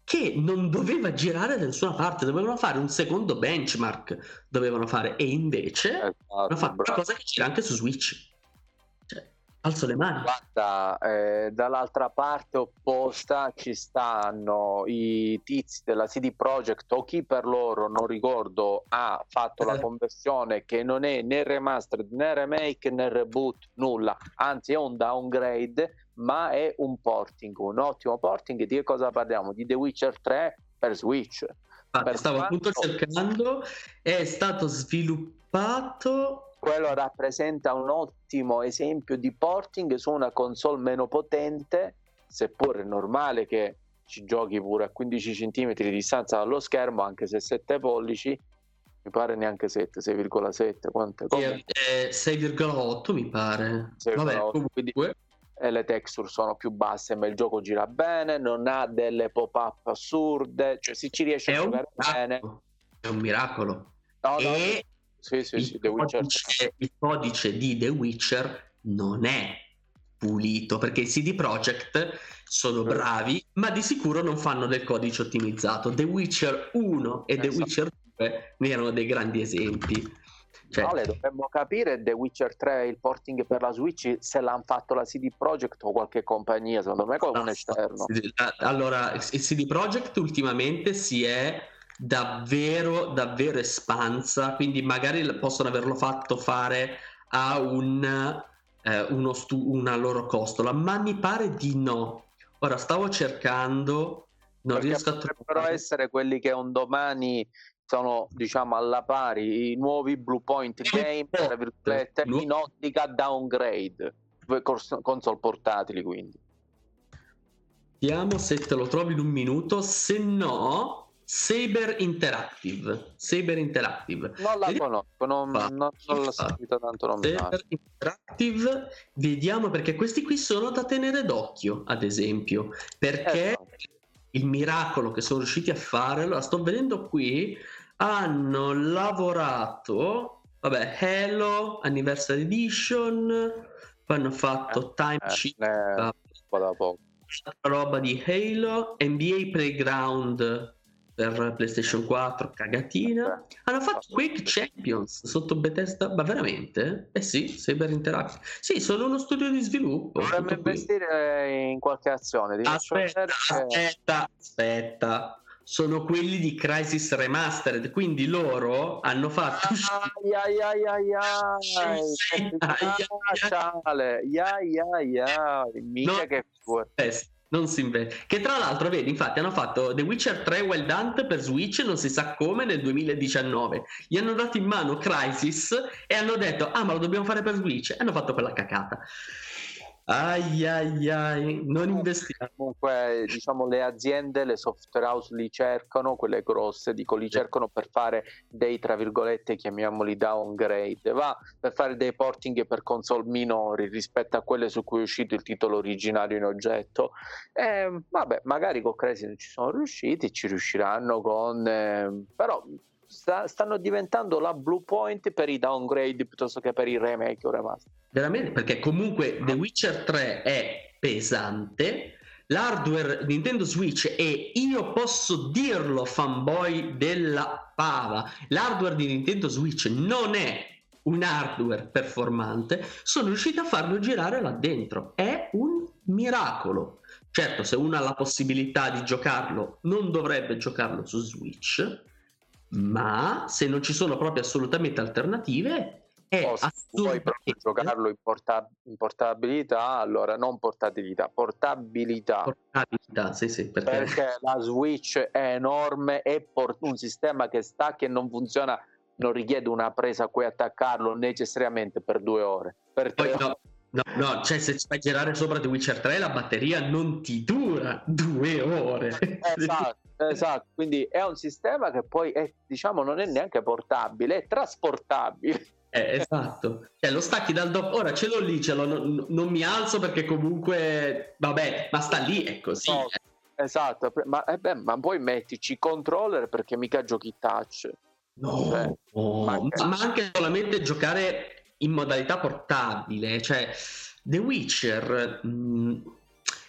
che non doveva girare da nessuna parte, dovevano fare un secondo benchmark, dovevano fare, e invece Esatto, hanno fatto una bravo. cosa che gira anche su Switch. Cioè, alzo le mani. Guarda, eh, dall'altra parte opposta ci stanno i tizi della C D Projekt, o chi per loro, non ricordo, ha fatto la Eh. conversione che non è né remastered né remake né reboot, nulla, anzi è un downgrade, ma è un porting, un ottimo porting. Di che cosa parliamo? Di The Witcher tre per Switch. Infatti, Per stavo appunto quanto cercando, è stato sviluppato. quello rappresenta un ottimo esempio di porting su una console meno potente, seppur è normale che ci giochi pure a quindici centimetri di distanza dallo schermo, anche se sette pollici, mi pare neanche sette, sei virgola sette, quanto è? Comunque, Eh, sei virgola otto mi pare. sei virgola Vabbè, otto, quindi comunque, e le texture sono più basse, ma il gioco gira bene, non ha delle pop-up assurde, cioè si ci riesce è a un giocare bene. miracolo. È un miracolo. No, no, E sì, sì, il, sì, The Witcher codice, il codice di The Witcher non è pulito, perché i C D Projekt sono Mm. bravi, ma di sicuro non fanno del codice ottimizzato. The Witcher uno e The Esatto. Witcher due ne erano dei grandi esempi. Cioè, Ale, dovremmo capire The Witcher tre, il porting per la Switch, se l'hanno fatto la C D Projekt o qualche compagnia, secondo me come un esterno. allora, il C D Projekt ultimamente si è davvero davvero espansa, quindi magari possono averlo fatto fare a un eh, uno stu- una loro costola, ma mi pare di no. Ora stavo cercando, non Perché riesco a potrebbero trovare. essere quelli che un domani sono, diciamo, alla pari, i nuovi Bluepoint Game, tra virgolette, in ottica downgrade, cons- console portatili, quindi. Vediamo se te lo trovi in un minuto, se no Saber Interactive. Saber Interactive. Non la Vediamo- conosco, non, non, non l'ho sentita tanto nominare. Saber Interactive, vediamo, perché questi qui sono da tenere d'occhio, ad esempio, perché Esatto. il miracolo che sono riusciti a fare, la sto vedendo qui, hanno lavorato, vabbè, Halo Anniversary Edition, poi hanno fatto Time Eh, Chip, ne- un po' da poco. roba di Halo, N B A Playground per PlayStation quattro, cagatina. Hanno fatto Quake Champions sotto Bethesda, ma veramente? Eh sì, Saber Interactive. Sì, sono uno studio di sviluppo. Dovremmo tutto qui. investire in qualche azione. Ti faccio Aspetta, vedere che- aspetta, aspetta. Sono quelli di Crysis Remastered, quindi loro hanno fatto Ai ai ai ai ai, Sì, che ai, ai, facciale, ai ai ai ai, mica No. che figura. Eh, non si inventa. Che tra l'altro, vedi, infatti hanno fatto The Witcher tre Wild Hunt per Switch, non si sa come, nel duemiladiciannove. Gli hanno dato in mano Crysis e hanno detto ah, ma lo dobbiamo fare per Switch, e hanno fatto quella cacata. Ai ai ai, non investiamo. Comunque, diciamo, le aziende, le software house li cercano, quelle grosse, dico, li cercano per fare dei, tra virgolette, chiamiamoli downgrade, va per fare dei porting per console minori rispetto a quelle su cui è uscito il titolo originario in oggetto. E, vabbè, magari con Crazy non ci sono riusciti, ci riusciranno con... Eh, però sta, stanno diventando la Bluepoint per i downgrade piuttosto che per i remake o remaster. Veramente, perché comunque The Witcher tre è pesante, l'hardware Nintendo Switch, e io posso dirlo, fanboy della fava, l'hardware di Nintendo Switch non è un hardware performante, sono riusciti a farlo girare là dentro, è un miracolo. Certo, se uno ha la possibilità di giocarlo non dovrebbe giocarlo su Switch, ma se non ci sono proprio assolutamente alternative è O se vuoi proprio giocarlo in, porta- in portabilità, allora non portabilità, portabilità. portabilità, sì, sì, perché... perché la Switch è enorme, è port- un sistema che sta, che non funziona, non richiede una presa a cui attaccarlo necessariamente per due ore. Per Poi, tre no, no, no, cioè se fai girare sopra The Witcher tre la batteria non ti dura due ore. Esatto, esatto, quindi è un sistema che poi è, diciamo, non è neanche portabile, è trasportabile. Eh, esatto, cioè lo stacchi dal dopo, ora ce l'ho lì, ce l'ho, non, non mi alzo perché comunque vabbè, ma sta lì, è così. No, eh. esatto, ma, eh beh, ma poi mettici controller perché mica giochi touch. No, Cioè, no, ma- ma, ma anche solamente giocare in modalità portabile, cioè The Witcher, mh,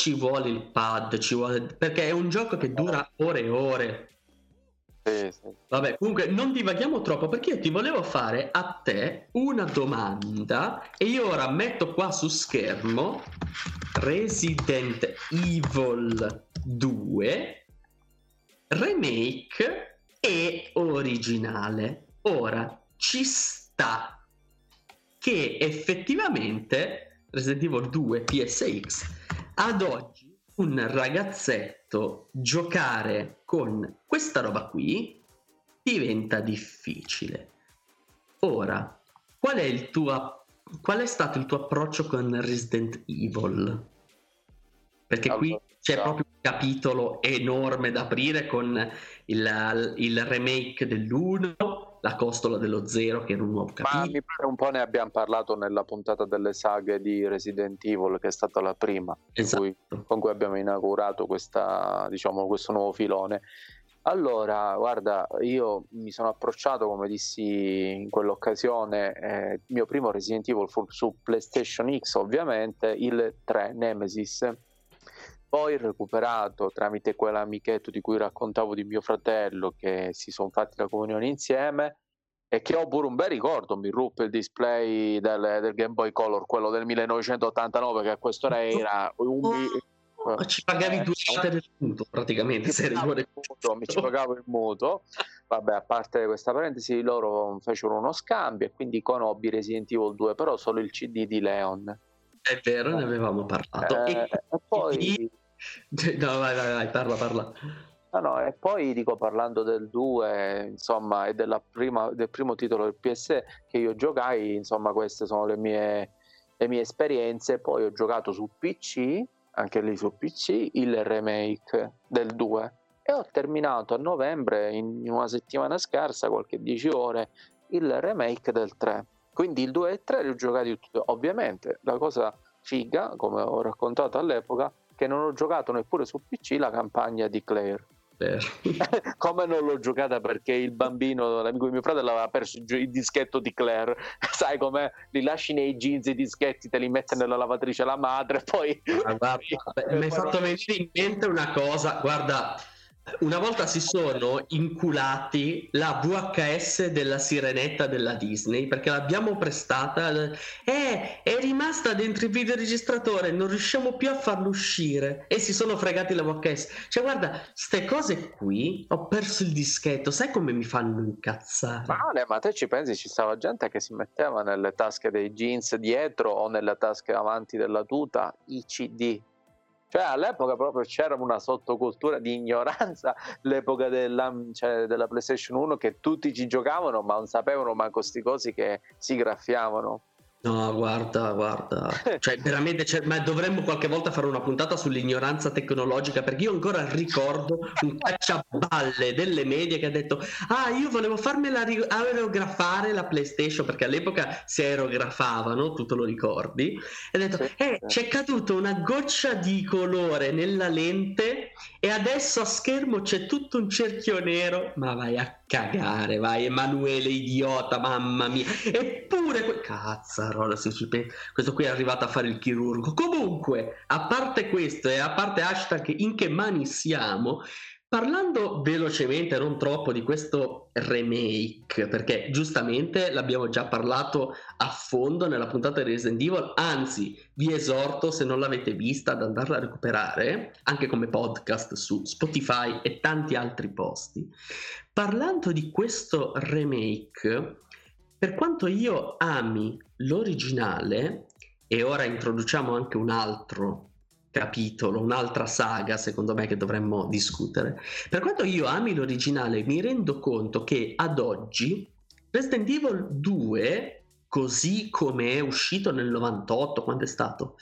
ci vuole il pad, ci vuole... perché è un gioco che dura ore e ore. Sì, sì. Vabbè, comunque non divaghiamo troppo, perché io ti volevo fare a te una domanda e io ora metto qua su schermo Resident Evil due remake e originale. Ora ci sta che effettivamente Resident Evil due P S X ad oggi un ragazzetto giocare con questa roba qui diventa difficile. Ora, qual è il tuo qual è stato il tuo approccio con Resident Evil? Perché Allora, qui c'è no. proprio un capitolo enorme da aprire con il, il remake dell'uno, la costola dello zero che era un nuovo Ma capitolo. mi pare un po' ne abbiamo parlato nella puntata delle saghe di Resident Evil, che è stata la prima in Esatto. cui- con cui abbiamo inaugurato questa, diciamo, questo nuovo filone. Allora, guarda, io mi sono approcciato, come dissi in quell'occasione, eh, il mio primo Resident Evil fu su PlayStation X, ovviamente, il tre Nemesis. Poi recuperato tramite quell'amichetto di cui raccontavo di mio fratello, che si sono fatti la comunione insieme, e che ho pure un bel ricordo. Mi ruppe il display del, del Game Boy Color, quello del millenovecentottantanove, che a quest'ora era un mi- Oh, ci pagavi eh, due rate del mutuo praticamente mi se eri pagavo buone- il mutuo, mi ci pagavo il mutuo. Vabbè, a parte questa parentesi, loro fecero uno scambio e quindi conobbi Resident Evil due, però solo il C D di Leon. È vero, ne avevamo parlato. Eh, E e poi no, vai, vai, vai, parla, parla. no, no, e poi dico, parlando del due, insomma, e della prima, del primo titolo del P S che io giocai, insomma, queste sono le mie, le mie esperienze. Poi ho giocato su P C, anche lì su P C, il remake del due, e ho terminato a novembre, in una settimana scarsa, qualche dieci ore, il remake del tre. Quindi il due e il tre li ho giocati tutti. Ovviamente la cosa figa, come ho raccontato all'epoca, che non ho giocato neppure su P C la campagna di Claire. Vero. Come non l'ho giocata? Perché il bambino, l'amico di mio fratello, aveva perso il, gio- il dischetto di Claire. Sai com'è? Li lasci nei jeans i dischetti, te li mette nella lavatrice la madre, poi... Ah, guarda, beh, mi hai fatto venire in mente una cosa, guarda, una volta si sono inculati la V H S della Sirenetta della Disney perché l'abbiamo prestata, eh, è rimasta dentro il videoregistratore, non riusciamo più a farlo uscire e si sono fregati la V H S. Cioè guarda, ste cose qui, ho perso il dischetto, sai come mi fanno incazzare? Male, ma te ci pensi, ci stava gente che si metteva nelle tasche dei jeans dietro o nelle tasche avanti della tuta i C D. Cioè all'epoca proprio c'era una sottocultura di ignoranza, l'epoca della, cioè, della PlayStation uno, che tutti ci giocavano ma non sapevano manco sti cosi che si graffiavano. No, guarda, guarda, cioè veramente, cioè, ma dovremmo qualche volta fare una puntata sull'ignoranza tecnologica, perché io ancora ricordo un cacciaballe delle medie che ha detto: ah, io volevo farmela ri- aerografare la PlayStation, perché all'epoca si aerografavano, tu te lo ricordi, e ha detto: Sì, eh, sì. c'è caduta una goccia di colore nella lente e adesso a schermo c'è tutto un cerchio nero. Ma vai a cagare, vai Emanuele idiota, mamma mia. Eppure que- cazzarola, se ci pensi, questo qui è arrivato a fare il chirurgo. Comunque, a parte questo e a parte hashtag in che mani siamo, parlando velocemente, non troppo, di questo remake, perché giustamente l'abbiamo già parlato a fondo nella puntata di Resident Evil, anzi vi esorto, se non l'avete vista, ad andarla a recuperare anche come podcast su Spotify e tanti altri posti. Parlando di questo remake, per quanto io ami l'originale, e ora introduciamo anche un altro capitolo, un'altra saga secondo me che dovremmo discutere, per quanto io ami l'originale, mi rendo conto che ad oggi Resident Evil due, così come è uscito nel novantotto, quando è stato,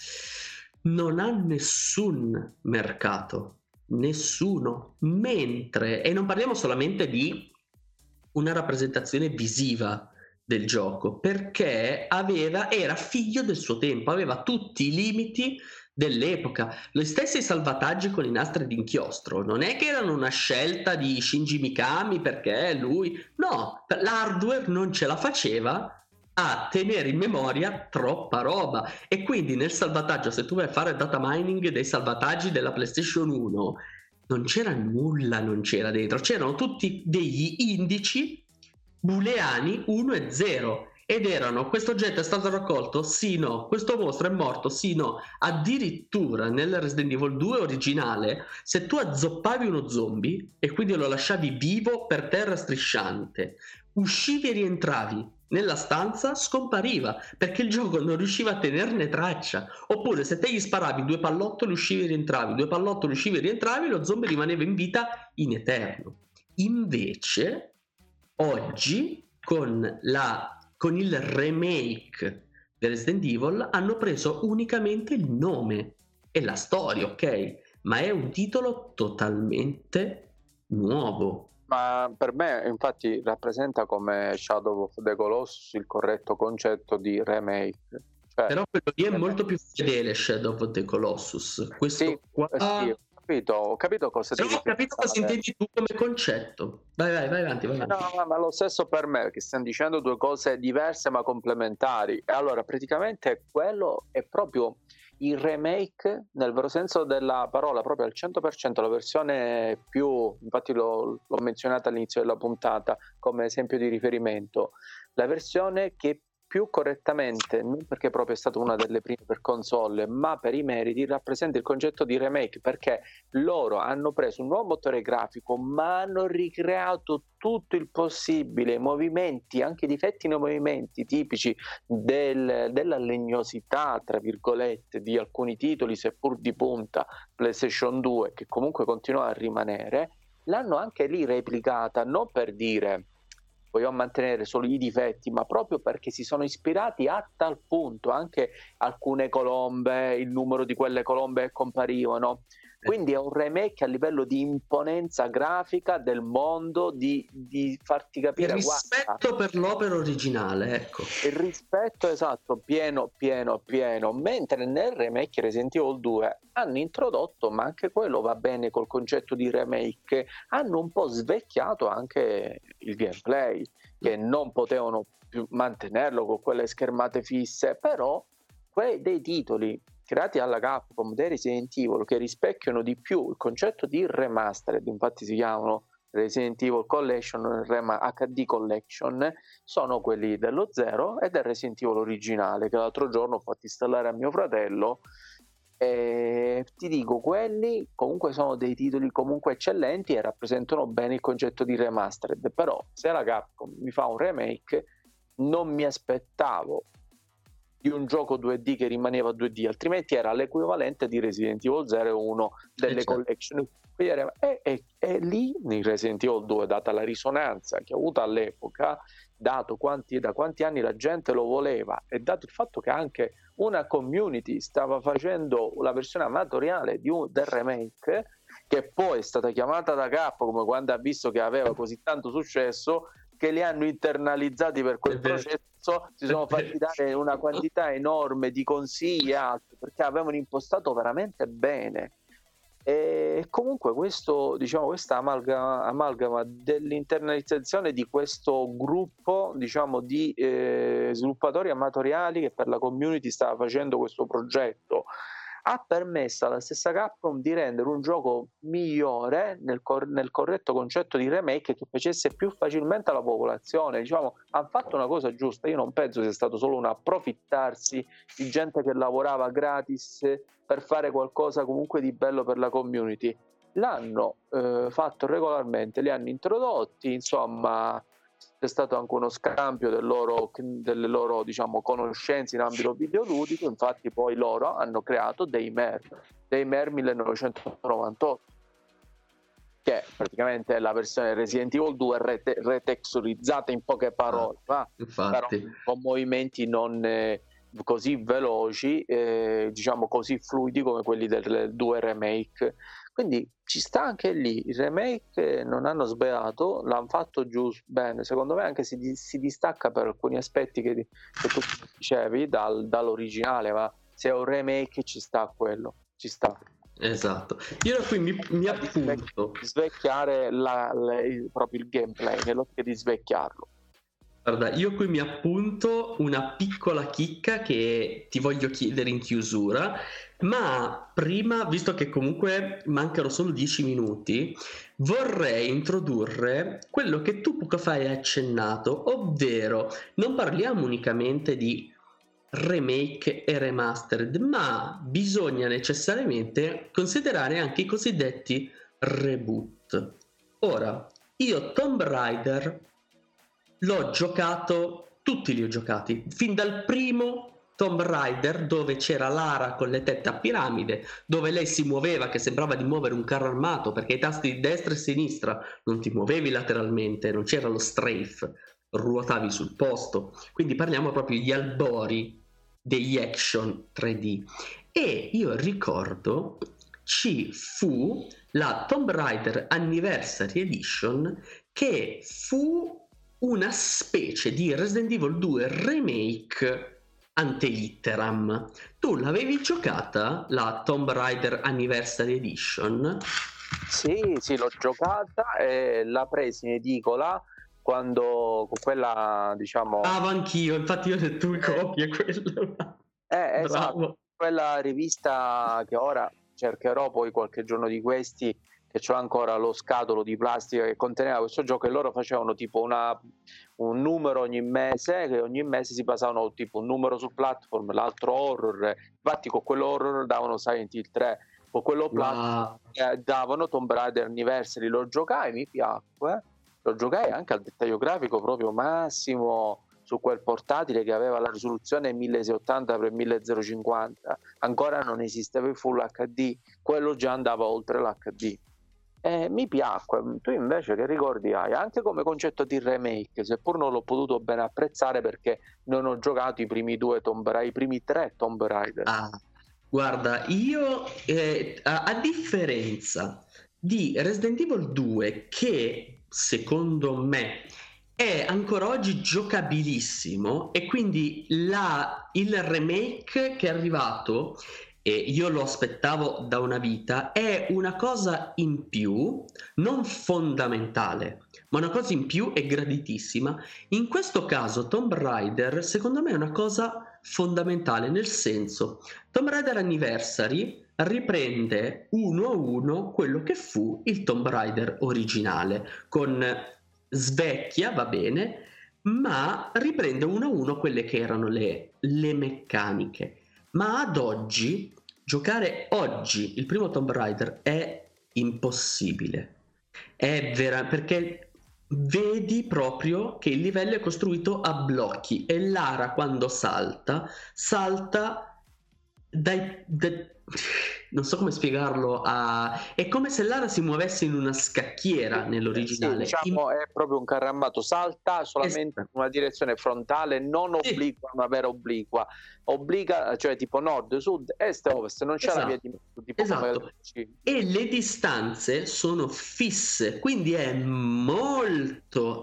non ha nessun mercato, nessuno, mentre, e non parliamo solamente di una rappresentazione visiva del gioco, perché aveva, era figlio del suo tempo, aveva tutti i limiti dell'epoca. Gli stessi salvataggi con i nastri d'inchiostro non è che erano una scelta di Shinji Mikami perché lui, no, l'hardware non ce la faceva a tenere in memoria troppa roba, e quindi nel salvataggio, se tu vai a fare data mining dei salvataggi della PlayStation uno, non c'era nulla, non c'era dentro, c'erano tutti degli indici booleani uno e zero, ed erano: questo oggetto è stato raccolto, sì, no, questo mostro è morto, sì, no. Addirittura nel Resident Evil due originale, se tu azzoppavi uno zombie e quindi lo lasciavi vivo per terra strisciante, uscivi e rientravi nella stanza, scompariva, perché il gioco non riusciva a tenerne traccia. Oppure se te gli sparavi due pallottoli, uscivi e rientravi, due pallottoli, uscivi e rientravi, lo zombie rimaneva in vita in eterno. Invece oggi con la con il remake di Resident Evil hanno preso unicamente il nome e la storia, ok? Ma è un titolo totalmente nuovo. Ma per me infatti rappresenta come Shadow of the Colossus il corretto concetto di remake. Cioè, però quello lì è molto più fedele, Shadow of the Colossus. Questo sì, qua... sì, ho capito, ho capito cosa Però ti ho capito cosa intendi tu come concetto. Vai, vai, vai avanti, vai avanti. No, ma lo stesso per me, che stiamo dicendo due cose diverse ma complementari. Allora, praticamente quello è proprio il remake nel vero senso della parola, proprio al cento per cento, la versione più, infatti l'ho, l'ho menzionata all'inizio della puntata come esempio di riferimento, la versione che più correttamente, non perché proprio è stata una delle prime per console, ma per i meriti, rappresenta il concetto di remake, perché loro hanno preso un nuovo motore grafico ma hanno ricreato tutto il possibile, i movimenti, anche i difetti nei movimenti tipici del, della legnosità, tra virgolette, di alcuni titoli, seppur di punta PlayStation due, che comunque continua a rimanere, l'hanno anche lì replicata, non per dire vogliamo mantenere solo i difetti, ma proprio perché si sono ispirati a tal punto, anche alcune colombe, il numero di quelle colombe che comparivano. Quindi è un remake a livello di imponenza grafica del mondo, di, di farti capire il rispetto guarda, per l'opera originale, ecco. Il rispetto esatto, pieno, pieno, pieno. Mentre nel remake Resident Evil due hanno introdotto, ma anche quello va bene col concetto di remake, hanno un po' svecchiato anche il gameplay, che non potevano più mantenerlo con quelle schermate fisse, però quei dei titoli creati alla Capcom dei Resident Evil che rispecchiano di più il concetto di remastered, infatti si chiamano Resident Evil Collection, Rema acca di Collection, sono quelli dello zero e del Resident Evil originale che l'altro giorno ho fatto installare a mio fratello, e ti dico, quelli comunque sono dei titoli comunque eccellenti e rappresentano bene il concetto di remastered. Però se la Capcom mi fa un remake, non mi aspettavo di un gioco due D che rimaneva due D, altrimenti era l'equivalente di Resident Evil zero e uno delle certo. collection. E, e, e lì in Resident Evil due, data la risonanza che ha avuto all'epoca, dato quanti, da quanti anni la gente lo voleva e dato il fatto che anche una community stava facendo la versione amatoriale di un, del remake, che poi è stata chiamata da Capcom quando ha visto che aveva così tanto successo, che li hanno internalizzati per quel processo, si sono fatti dare una quantità enorme di consigli e altro, perché avevano impostato veramente bene. E comunque questo, diciamo, questa amalgama, amalgama dell'internalizzazione di questo gruppo, diciamo, di eh, sviluppatori amatoriali che per la community stava facendo questo progetto, ha permesso alla stessa Capcom di rendere un gioco migliore nel, cor- nel corretto concetto di remake, che piacesse più facilmente alla popolazione. Diciamo, hanno fatto una cosa giusta. Io non penso sia stato solo un approfittarsi di gente che lavorava gratis per fare qualcosa comunque di bello per la community. L'hanno eh, fatto regolarmente, li hanno introdotti, insomma c'è stato anche uno scambio del loro, delle loro, diciamo, conoscenze in ambito videoludico. Infatti poi loro hanno creato Daymare Daymare millenovecentonovantotto, che praticamente è la versione Resident Evil due rete- retexturizzata in poche parole, ah, però con movimenti non eh, così veloci, eh, diciamo così fluidi come quelli del due remake. Quindi ci sta anche lì, il remake non hanno sbagliato, l'hanno fatto giusto, bene, secondo me anche si, si distacca per alcuni aspetti che, che tu dicevi dal, dall'originale, ma se è un remake ci sta quello, ci sta. Esatto, io da qui mi, mi appunto svecchiare la, la, il, proprio il gameplay, nell'ottica di svecchiarlo. Guarda, io qui mi appunto una piccola chicca che ti voglio chiedere in chiusura, ma prima, visto che comunque mancano solo dieci minuti, vorrei introdurre quello che tu poco fa hai accennato, ovvero non parliamo unicamente di remake e remastered, ma bisogna necessariamente considerare anche i cosiddetti reboot. Ora, io Tomb Raider l'ho giocato, tutti li ho giocati, fin dal primo Tomb Raider dove c'era Lara con le tette a piramide, dove lei si muoveva che sembrava di muovere un carro armato perché i tasti di destra e sinistra non ti muovevi lateralmente, non c'era lo strafe, ruotavi sul posto. Quindi parliamo proprio di albori degli action tre D. E io ricordo ci fu la Tomb Raider Anniversary Edition, che fu una specie di Resident Evil due remake ante litteram. Tu l'avevi giocata, la Tomb Raider Anniversary Edition? Sì, sì, l'ho giocata e la presi in edicola quando con quella, diciamo... Ah, anch'io, infatti io ho detto due copie quella. Eh, esatto, quella rivista che ora cercherò poi qualche giorno di questi, che c'ho ancora lo scatolo di plastica che conteneva questo gioco, e loro facevano tipo una, un numero ogni mese, che ogni mese si basavano tipo un numero su platform, l'altro horror, infatti con quello horror davano Silent Hill tre, con quello platform wow. eh, davano Tomb Raider Anniversary, lo giocai, mi piacque, lo giocai anche al dettaglio grafico proprio massimo, su quel portatile che aveva la risoluzione milleseicentoottanta per millecinquanta, ancora non esisteva il Full acca di, quello già andava oltre l'H D. Eh, mi piacque. Tu invece che ricordi hai? Anche come concetto di remake, seppur non l'ho potuto ben apprezzare perché non ho giocato i primi due Tomb Raider, i primi tre Tomb Raider. Ah, guarda, io eh, a, a differenza di Resident Evil due, che secondo me è ancora oggi giocabilissimo, e quindi la, il remake che è arrivato, e io lo aspettavo da una vita, è una cosa in più, non fondamentale, ma una cosa in più e graditissima. In questo caso Tomb Raider secondo me è una cosa fondamentale, nel senso, Tomb Raider Anniversary riprende uno a uno quello che fu il Tomb Raider originale, con svecchia, va bene, ma riprende uno a uno quelle che erano le, le meccaniche. Ma ad oggi, giocare oggi il primo Tomb Raider è impossibile. È vera, perché vedi proprio che il livello è costruito a blocchi e Lara quando salta, salta dai... dai non so come spiegarlo, a... è come se Lara si muovesse in una scacchiera nell'originale. Sì, diciamo in... è proprio un carro armato, salta solamente in una direzione frontale, non obliqua, sì. Una vera obliqua, obliga, cioè tipo nord, sud, est e ovest, non c'è esatto. La via di mezzo, tipo esatto. E le distanze sono fisse, quindi è molto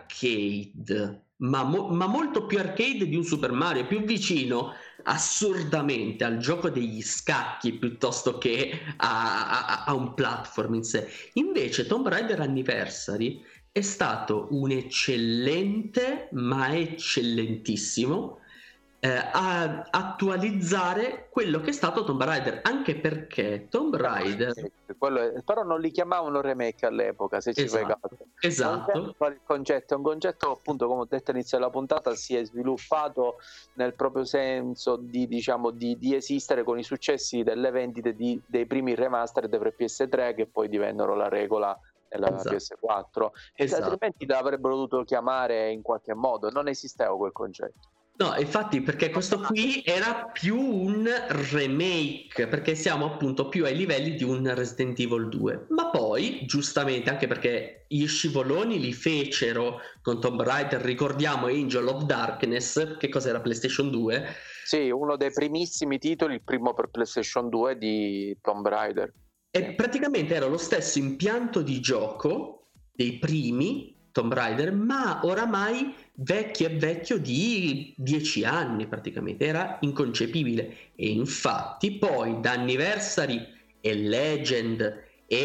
arcade, ma, mo- ma molto più arcade di un Super Mario, più vicino assurdamente al gioco degli scacchi piuttosto che a, a, a un platform in sé. Invece Tomb Raider Anniversary è stato un eccellente, ma eccellentissimo eh, a attualizzare quello che è stato Tomb Raider, anche perché Tomb Raider quello è, però non li chiamavano remake all'epoca, se ci fai caso. Esatto. Il concetto è un concetto, appunto, come ho detto all'inizio della puntata, si è sviluppato nel proprio senso di, diciamo, di, di esistere con i successi delle vendite di, dei primi remaster per P S tre, che poi divennero la regola nella esatto. P S quattro, e esatto. Altrimenti l'avrebbero dovuto chiamare in qualche modo, non esisteva quel concetto. No, infatti, perché questo qui era più un remake, perché siamo appunto più ai livelli di un Resident Evil due. Ma poi, giustamente, anche perché gli scivoloni li fecero con Tomb Raider, ricordiamo Angel of Darkness, che cos'era, PlayStation due? Sì, uno dei primissimi titoli, il primo per PlayStation due di Tomb Raider. E praticamente era lo stesso impianto di gioco dei primi Tomb Raider, ma oramai vecchio e vecchio di dieci anni praticamente, era inconcepibile. E infatti poi da Anniversary e Legend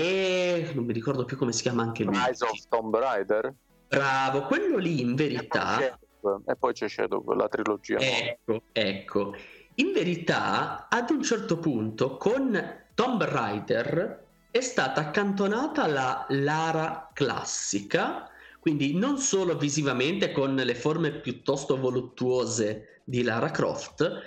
e non mi ricordo più come si chiama anche lui, Rise of Tomb Raider, bravo, quello lì in verità due e poi c'è Shadow, la trilogia. Ecco, ecco. In verità, ad un certo punto, con Tomb Raider è stata accantonata la Lara classica, quindi non solo visivamente con le forme piuttosto voluttuose di Lara Croft,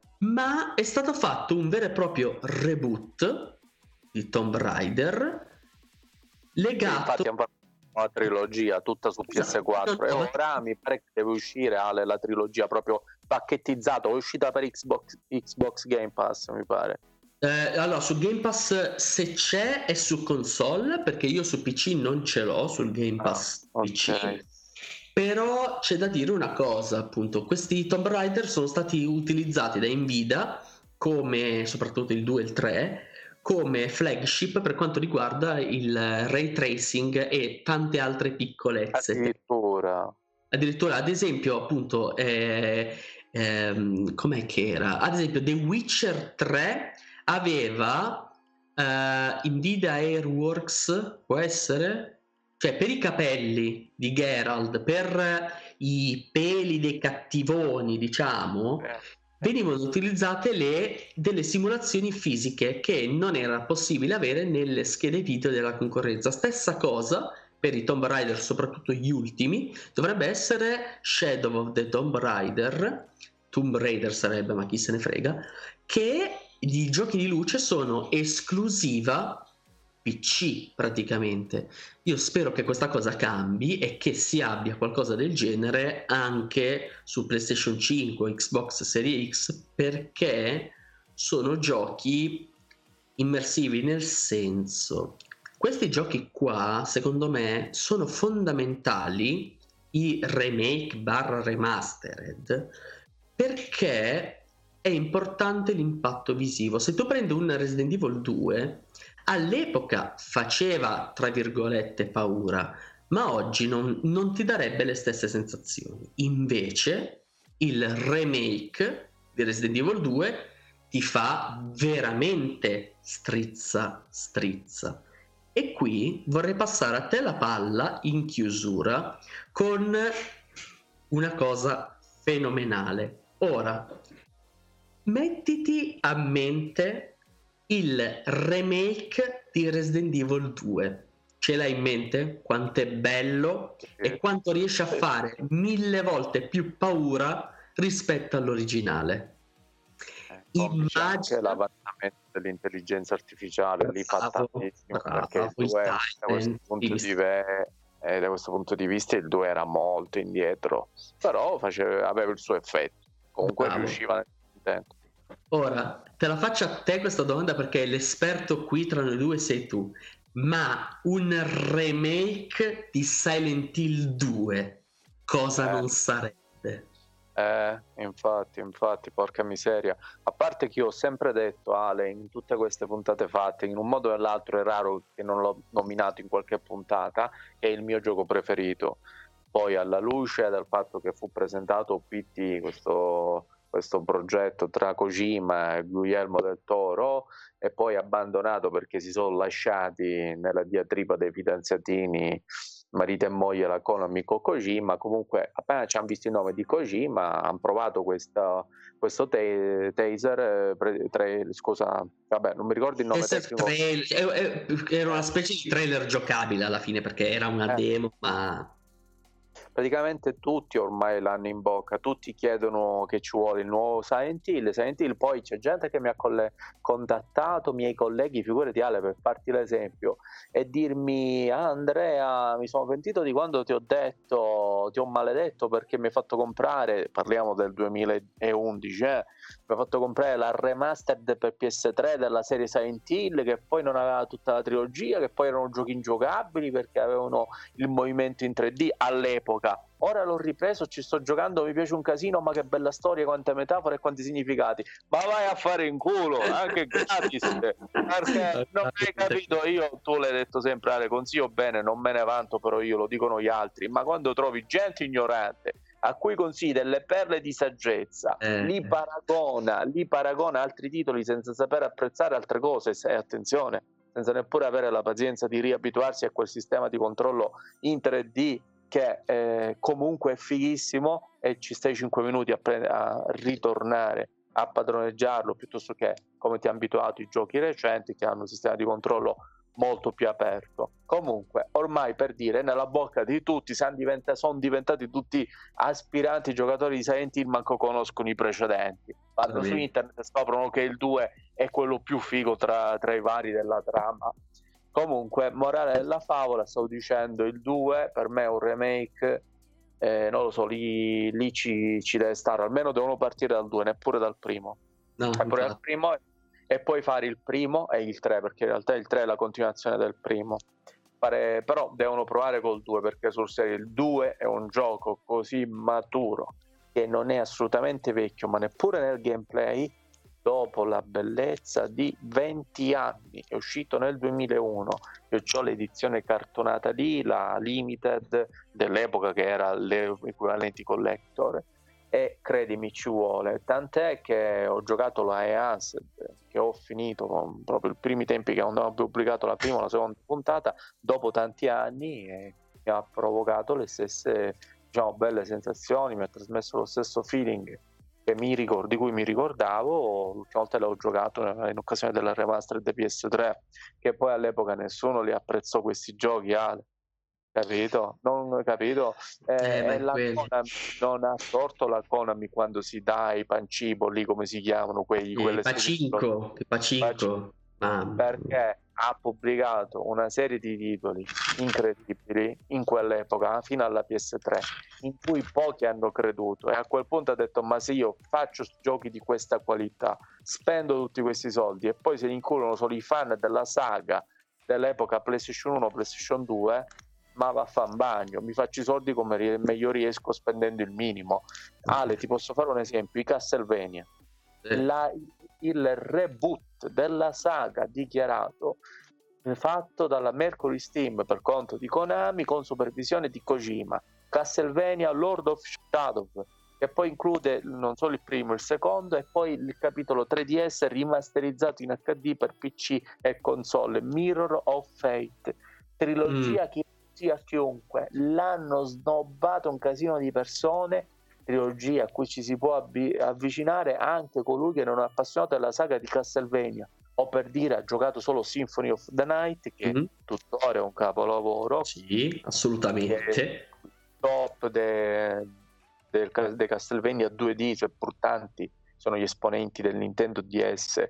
ma è stato fatto un vero e proprio reboot di Tomb Raider legato... Infatti hanno fatto una trilogia tutta su P S quattro e ora mi pare che deve uscire Ale, la trilogia proprio pacchettizzata, è uscita per Xbox, Xbox Game Pass mi pare. Eh, allora su Game Pass se c'è è su console, perché io su P C non ce l'ho sul Game Pass ah, P C, okay. Però c'è da dire una cosa, appunto, questi Tomb Raider sono stati utilizzati da Nvidia come, soprattutto il due e il tre, come flagship per quanto riguarda il ray tracing e tante altre piccolezze. Addirittura, Addirittura, ad esempio, appunto, eh, ehm, com'è che era? Ad esempio, The Witcher tre aveva eh, Nvidia Airworks, può essere? Cioè, per i capelli di Geralt, per i peli dei cattivoni, diciamo, eh. venivano utilizzate le, delle simulazioni fisiche che non era possibile avere nelle schede video della concorrenza. Stessa cosa per i Tomb Raider, soprattutto gli ultimi, dovrebbe essere Shadow of the Tomb Raider, Tomb Raider sarebbe, ma chi se ne frega, che i giochi di luce sono esclusiva P C praticamente. Io spero che questa cosa cambi e che si abbia qualcosa del genere anche su PlayStation cinque o Xbox Series X, perché sono giochi immersivi, nel senso, questi giochi qua secondo me sono fondamentali, i remake barra remastered, perché è importante l'impatto visivo. Se tu prendi un Resident Evil due, all'epoca faceva tra virgolette paura, ma oggi non, non ti darebbe le stesse sensazioni. Invece il remake di Resident Evil due ti fa veramente strizza strizza. E qui vorrei passare a te la palla in chiusura con una cosa fenomenale. Ora, mettiti a mente il remake di Resident Evil due. Ce l'hai in mente? Quanto è bello e quanto riesce a fare mille volte più paura rispetto all'originale. Immagina anche l'avanzamento dell'intelligenza artificiale, lì fa tantissimo, perché il due, da questo punto di ve- eh, da questo punto di vista il due era molto indietro, però faceva, aveva il suo effetto, comunque bravo. Riusciva nel intento. Ora te la faccio a te questa domanda, perché l'esperto qui tra noi due sei tu, ma un remake di Silent Hill due cosa eh. non sarebbe? Eh, infatti, infatti, porca miseria. A parte che io ho sempre detto, Ale, in tutte queste puntate fatte, in un modo o nell'altro, è raro che non l'ho nominato in qualche puntata, che è il mio gioco preferito. Poi alla luce del fatto che fu presentato O P T, questo, questo progetto tra Kojima e Guillermo del Toro, e poi abbandonato perché si sono lasciati nella diatriba dei fidanzatini marito e moglie, la Konami con Kojima. Comunque appena ci hanno visto il nome di Kojima hanno provato questa, questo te- taser pre- tra- scusa vabbè non mi ricordo il nome tecnico. Trail, era una specie di trailer giocabile alla fine, perché era una eh. demo, ma praticamente tutti ormai l'hanno in bocca, tutti chiedono che ci vuole il nuovo Silent Hill, Silent Hill. Poi c'è gente che mi ha coll- contattato, miei colleghi, figurati Ale, per farti l'esempio, e dirmi ah, Andrea, mi sono pentito di quando ti ho detto, ti ho maledetto perché mi hai fatto comprare, parliamo del duemilaundici, eh, mi ha fatto comprare la remastered per P S tre della serie Silent Hill, che poi non aveva tutta la trilogia, che poi erano giochi ingiocabili perché avevano il movimento in tre D all'epoca. Ora l'ho ripreso, ci sto giocando, mi piace un casino, ma che bella storia, quante metafore e quanti significati. Ma vai a fare in culo, anche gratis, perché non hai capito. Io, tu l'hai detto sempre Ale, consiglio bene, non me ne vanto, però io lo dicono gli altri, ma quando trovi gente ignorante a cui consigli delle perle di saggezza, eh. li paragona li paragona a altri titoli senza sapere apprezzare altre cose, se attenzione, senza neppure avere la pazienza di riabituarsi a quel sistema di controllo in tre D che eh, comunque è fighissimo e ci stai cinque minuti a, pre- a ritornare a padroneggiarlo, piuttosto che come ti hanno abituato i giochi recenti che hanno un sistema di controllo molto più aperto. Comunque ormai, per dire, nella bocca di tutti sono diventa, son diventati tutti aspiranti giocatori di Silent Hill, manco conoscono i precedenti, vanno su internet e scoprono che il due è quello più figo tra, tra i vari della trama. Comunque, morale della favola, stavo dicendo, il due per me è un remake, eh, non lo so, lì, lì ci, ci deve stare, almeno devono partire dal due, neppure dal primo, no, neppure dal primo, e poi fare il primo e il tre, perché in realtà il tre è la continuazione del primo. Fare, però devono provare col due, perché sul serio il due è un gioco così maturo che non è assolutamente vecchio, ma neppure nel gameplay. Dopo la bellezza di venti anni, è uscito nel duemilauno, io ho l'edizione cartonata lì, la limited dell'epoca, che era le equivalenti collector, e credimi ci vuole, tant'è che ho giocato la E-Ansed, che ho finito con proprio i primi tempi che andavano pubblicato la prima o la seconda puntata, dopo tanti anni, e mi ha provocato le stesse, diciamo, belle sensazioni, mi ha trasmesso lo stesso feeling che mi ricordo, di cui mi ricordavo. L'ultima volta l'ho giocato in occasione della remastered P S tre, che poi all'epoca nessuno li apprezzò questi giochi, Ale, capito? Non capito? Eh, Eh, e la Konami non ha torto la Konami quando si dà i pancibo lì, come si chiamano quei, eh, quelle Pacinco, che Pacinco, mamma mia. perché ha pubblicato una serie di titoli incredibili in quell'epoca fino alla P S tre, in cui pochi hanno creduto, e a quel punto ha detto: ma se io faccio giochi di questa qualità, spendo tutti questi soldi e poi se li inculano solo i fan della saga dell'epoca PlayStation uno, PlayStation due, ma va a fan bagno, mi faccio i soldi come meglio riesco spendendo il minimo. Ale, ti posso fare un esempio: i Castlevania, Eh. la, il reboot della saga dichiarato, fatto dalla Mercury Steam per conto di Konami con supervisione di Kojima, Castlevania Lord of Shadow, che poi include non solo il primo, il secondo e poi il capitolo tre D S rimasterizzato in H D per P C e console, Mirror of Fate, trilogia mm. che sia chiunque, l'hanno snobbato un casino di persone, trilogia a cui ci si può avvi- avvicinare anche colui che non è appassionato della saga di Castlevania, o per dire ha giocato solo Symphony of the Night, che mm-hmm. tuttora è un capolavoro. Sì, assolutamente. Top de, de, de Castlevania due D, seppur tanti sono gli esponenti del Nintendo D S,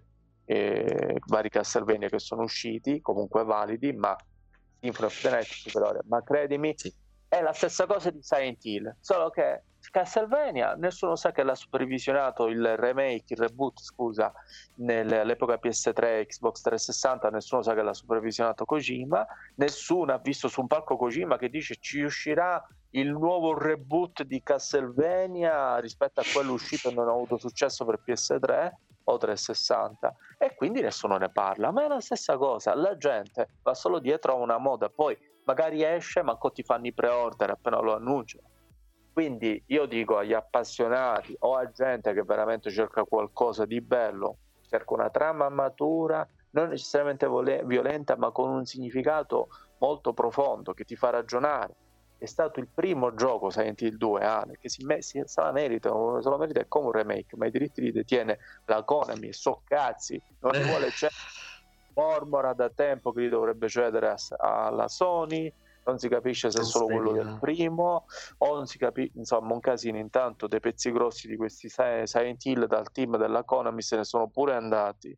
e vari Castlevania che sono usciti, comunque validi, ma Symphony of the Night è superiore. Ma credimi, sì, è la stessa cosa di Silent Hill, solo che Castlevania nessuno sa che l'ha supervisionato, il remake, il reboot scusa, nell'epoca P S tre, Xbox trecentosessanta, nessuno sa che l'ha supervisionato Kojima, nessuno ha visto su un palco Kojima che dice ci uscirà il nuovo reboot di Castlevania rispetto a quello uscito e non ha avuto successo per P S tre o trecentosessanta, e quindi nessuno ne parla. Ma è la stessa cosa, la gente va solo dietro a una moda, poi magari esce ma ti fanno i pre-order appena lo annunciano. Quindi io dico agli appassionati o a gente che veramente cerca qualcosa di bello, cerca una trama matura, non necessariamente vole- violenta, ma con un significato molto profondo che ti fa ragionare. È stato il primo gioco Silent Hill due, Ale, che si, me- si se la merita, se lo merita, è come un remake, ma i diritti li detiene la Konami, e so cazzi, non li vuole cedere. Mormora da tempo che li dovrebbe cedere a- alla Sony, non si capisce se è solo quello del primo o non si capisce, insomma un casino. Intanto dei pezzi grossi di questi Silent Hill dal team della Konami se ne sono pure andati.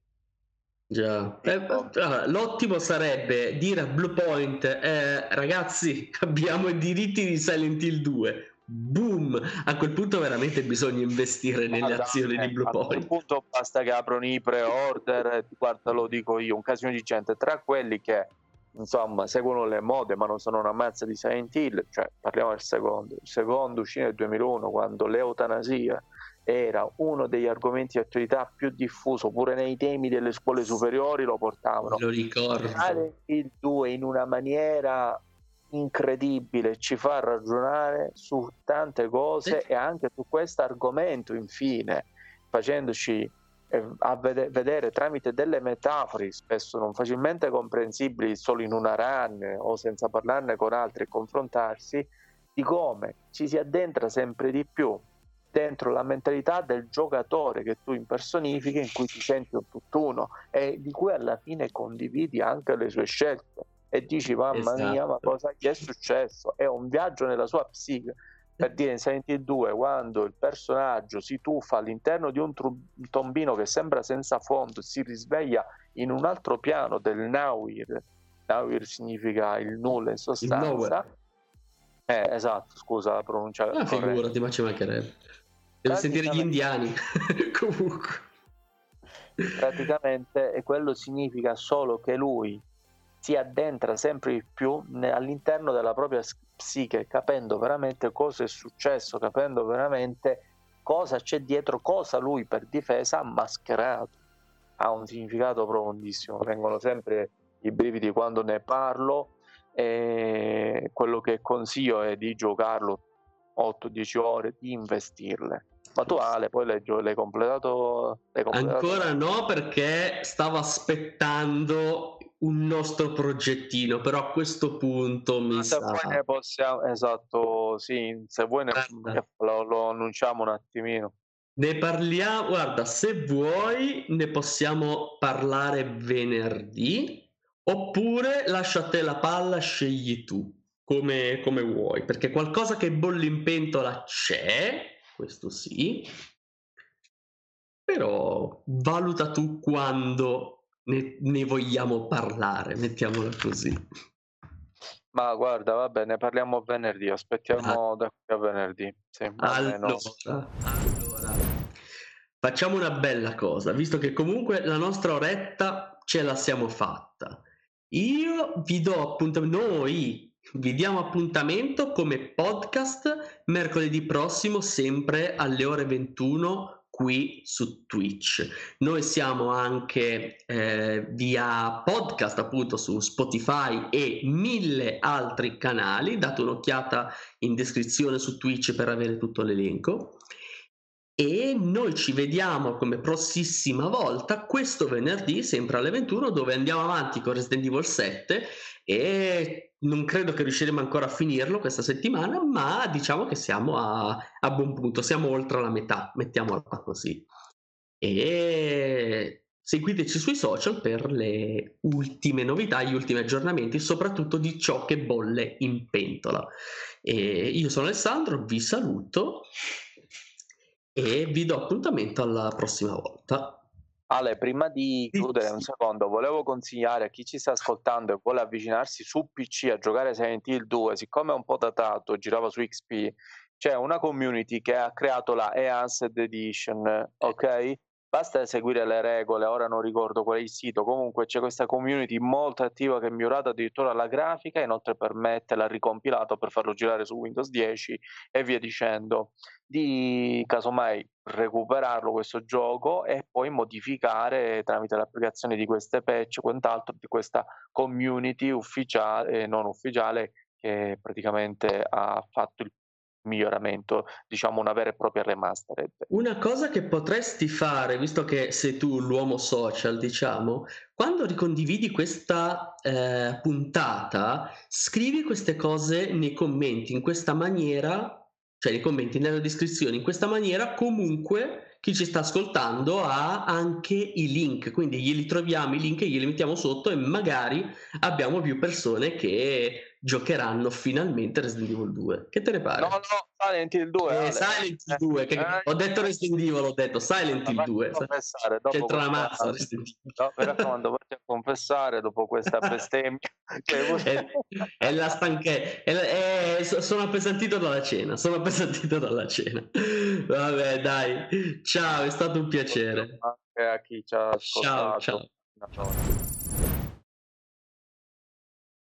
Già. Eh, allora, l'ottimo sarebbe dire a Bluepoint eh, ragazzi, abbiamo i diritti di Silent Hill due, boom, a quel punto veramente bisogna investire nelle Guarda, azioni eh, di Bluepoint. A quel punto basta che aprono i pre-order, guarda, lo dico io, un casino di gente, tra quelli che insomma seguono le mode ma non sono una mazza di Silent Hill. Cioè, parliamo del secondo il secondo uscì nel duemilauno, quando l'eutanasia era uno degli argomenti di attualità più diffuso, pure nei temi delle scuole superiori lo portavano. Lo ricordo. Il due in una maniera incredibile ci fa ragionare su tante cose eh. e anche su questo argomento, infine facendoci a vede- vedere tramite delle metafore spesso non facilmente comprensibili solo in una run o senza parlarne con altri e confrontarsi, di come ci si addentra sempre di più dentro la mentalità del giocatore che tu impersonifichi, in cui ti senti un tutt'uno e di cui alla fine condividi anche le sue scelte e dici mamma esatto. mia, ma cosa gli è successo? È un viaggio nella sua psiche. Per dire, in Silent Hill due, quando il personaggio si tuffa all'interno di un, tru- un tombino che sembra senza fondo, si risveglia in un altro piano del Nowhere. Nowhere significa il nulla in sostanza. Eh, esatto, scusa la pronuncia. Ah, figurati, ma ci mancherebbe. Devi sentire gli indiani. Comunque. Praticamente, e quello significa solo che lui si addentra sempre di più all'interno della propria psiche, capendo veramente cosa è successo, capendo veramente cosa c'è dietro, cosa lui per difesa ha mascherato. Ha un significato profondissimo, vengono sempre i brividi quando ne parlo, e quello che consiglio è di giocarlo otto dieci ore, di investirle. Ma tu Ale, poi l'hai, l'hai completato? L'hai completato? Ancora no, perché stavo aspettando un nostro progettino, però a questo punto mi se sa... vuoi ne possiamo, esatto, sì, se vuoi ne, lo, lo annunciamo un attimino. Ne parliamo, guarda, se vuoi ne possiamo parlare venerdì, oppure lascio a te la palla, scegli tu, come, come vuoi, perché qualcosa che bolle in pentola c'è, questo sì, però valuta tu quando ne, ne vogliamo parlare, mettiamola così. Ma guarda, va bene, parliamo venerdì, aspettiamo ah. da qui a venerdì. Sì, allora, allora, facciamo una bella cosa, visto che comunque la nostra oretta ce la siamo fatta. Io vi do appuntamento, noi vi diamo appuntamento come podcast mercoledì prossimo, sempre alle ore ventuno qui su Twitch. Noi siamo anche eh, via podcast appunto su Spotify e mille altri canali, date un'occhiata in descrizione su Twitch per avere tutto l'elenco. E noi ci vediamo come prossima volta questo venerdì sempre alle ventuno, dove andiamo avanti con Resident Evil sette e non credo che riusciremo ancora a finirlo questa settimana, ma diciamo che siamo a, a buon punto, siamo oltre la metà, mettiamola così. E seguiteci sui social per le ultime novità, gli ultimi aggiornamenti, soprattutto di ciò che bolle in pentola. E io sono Alessandro, vi saluto e vi do appuntamento alla prossima volta. Ale, prima di chiudere un secondo, volevo consigliare a chi ci sta ascoltando e vuole avvicinarsi su P C a giocare Silent Hill due, siccome è un po' datato, girava su X P, c'è una community che ha creato la Enhanced Edition, ok? Basta seguire le regole, ora non ricordo qual è il sito, comunque c'è questa community molto attiva che è migliorata addirittura la grafica, inoltre permette, l'ha ricompilato per farlo girare su Windows dieci e via dicendo, di casomai recuperarlo questo gioco e poi modificare tramite l'applicazione di queste patch, quant'altro, di questa community ufficiale e non ufficiale che praticamente ha fatto il miglioramento, diciamo una vera e propria remastered. Una cosa che potresti fare, visto che sei tu l'uomo social, diciamo, quando ricondividi questa eh, puntata, scrivi queste cose nei commenti, in questa maniera, cioè nei commenti, nella descrizione, in questa maniera comunque chi ci sta ascoltando ha anche i link, quindi glieli troviamo i link e glieli mettiamo sotto e magari abbiamo più persone che giocheranno finalmente Resident Evil due. Che te ne pare? No, no, Silent Hill due. Eh, Silent Hill due, che eh, ho detto Resident Evil, ho detto Silent Hill due. Confessare, dopo c'entra la mazza. No, mi raccomando, vatti a confessare dopo questa bestemmia. è, è la stanchezza, è, è, sono appesantito dalla cena, sono appesantito dalla cena. Vabbè, dai, ciao, è stato un piacere. Anche a chi ci ha ascoltato. Ciao, ciao.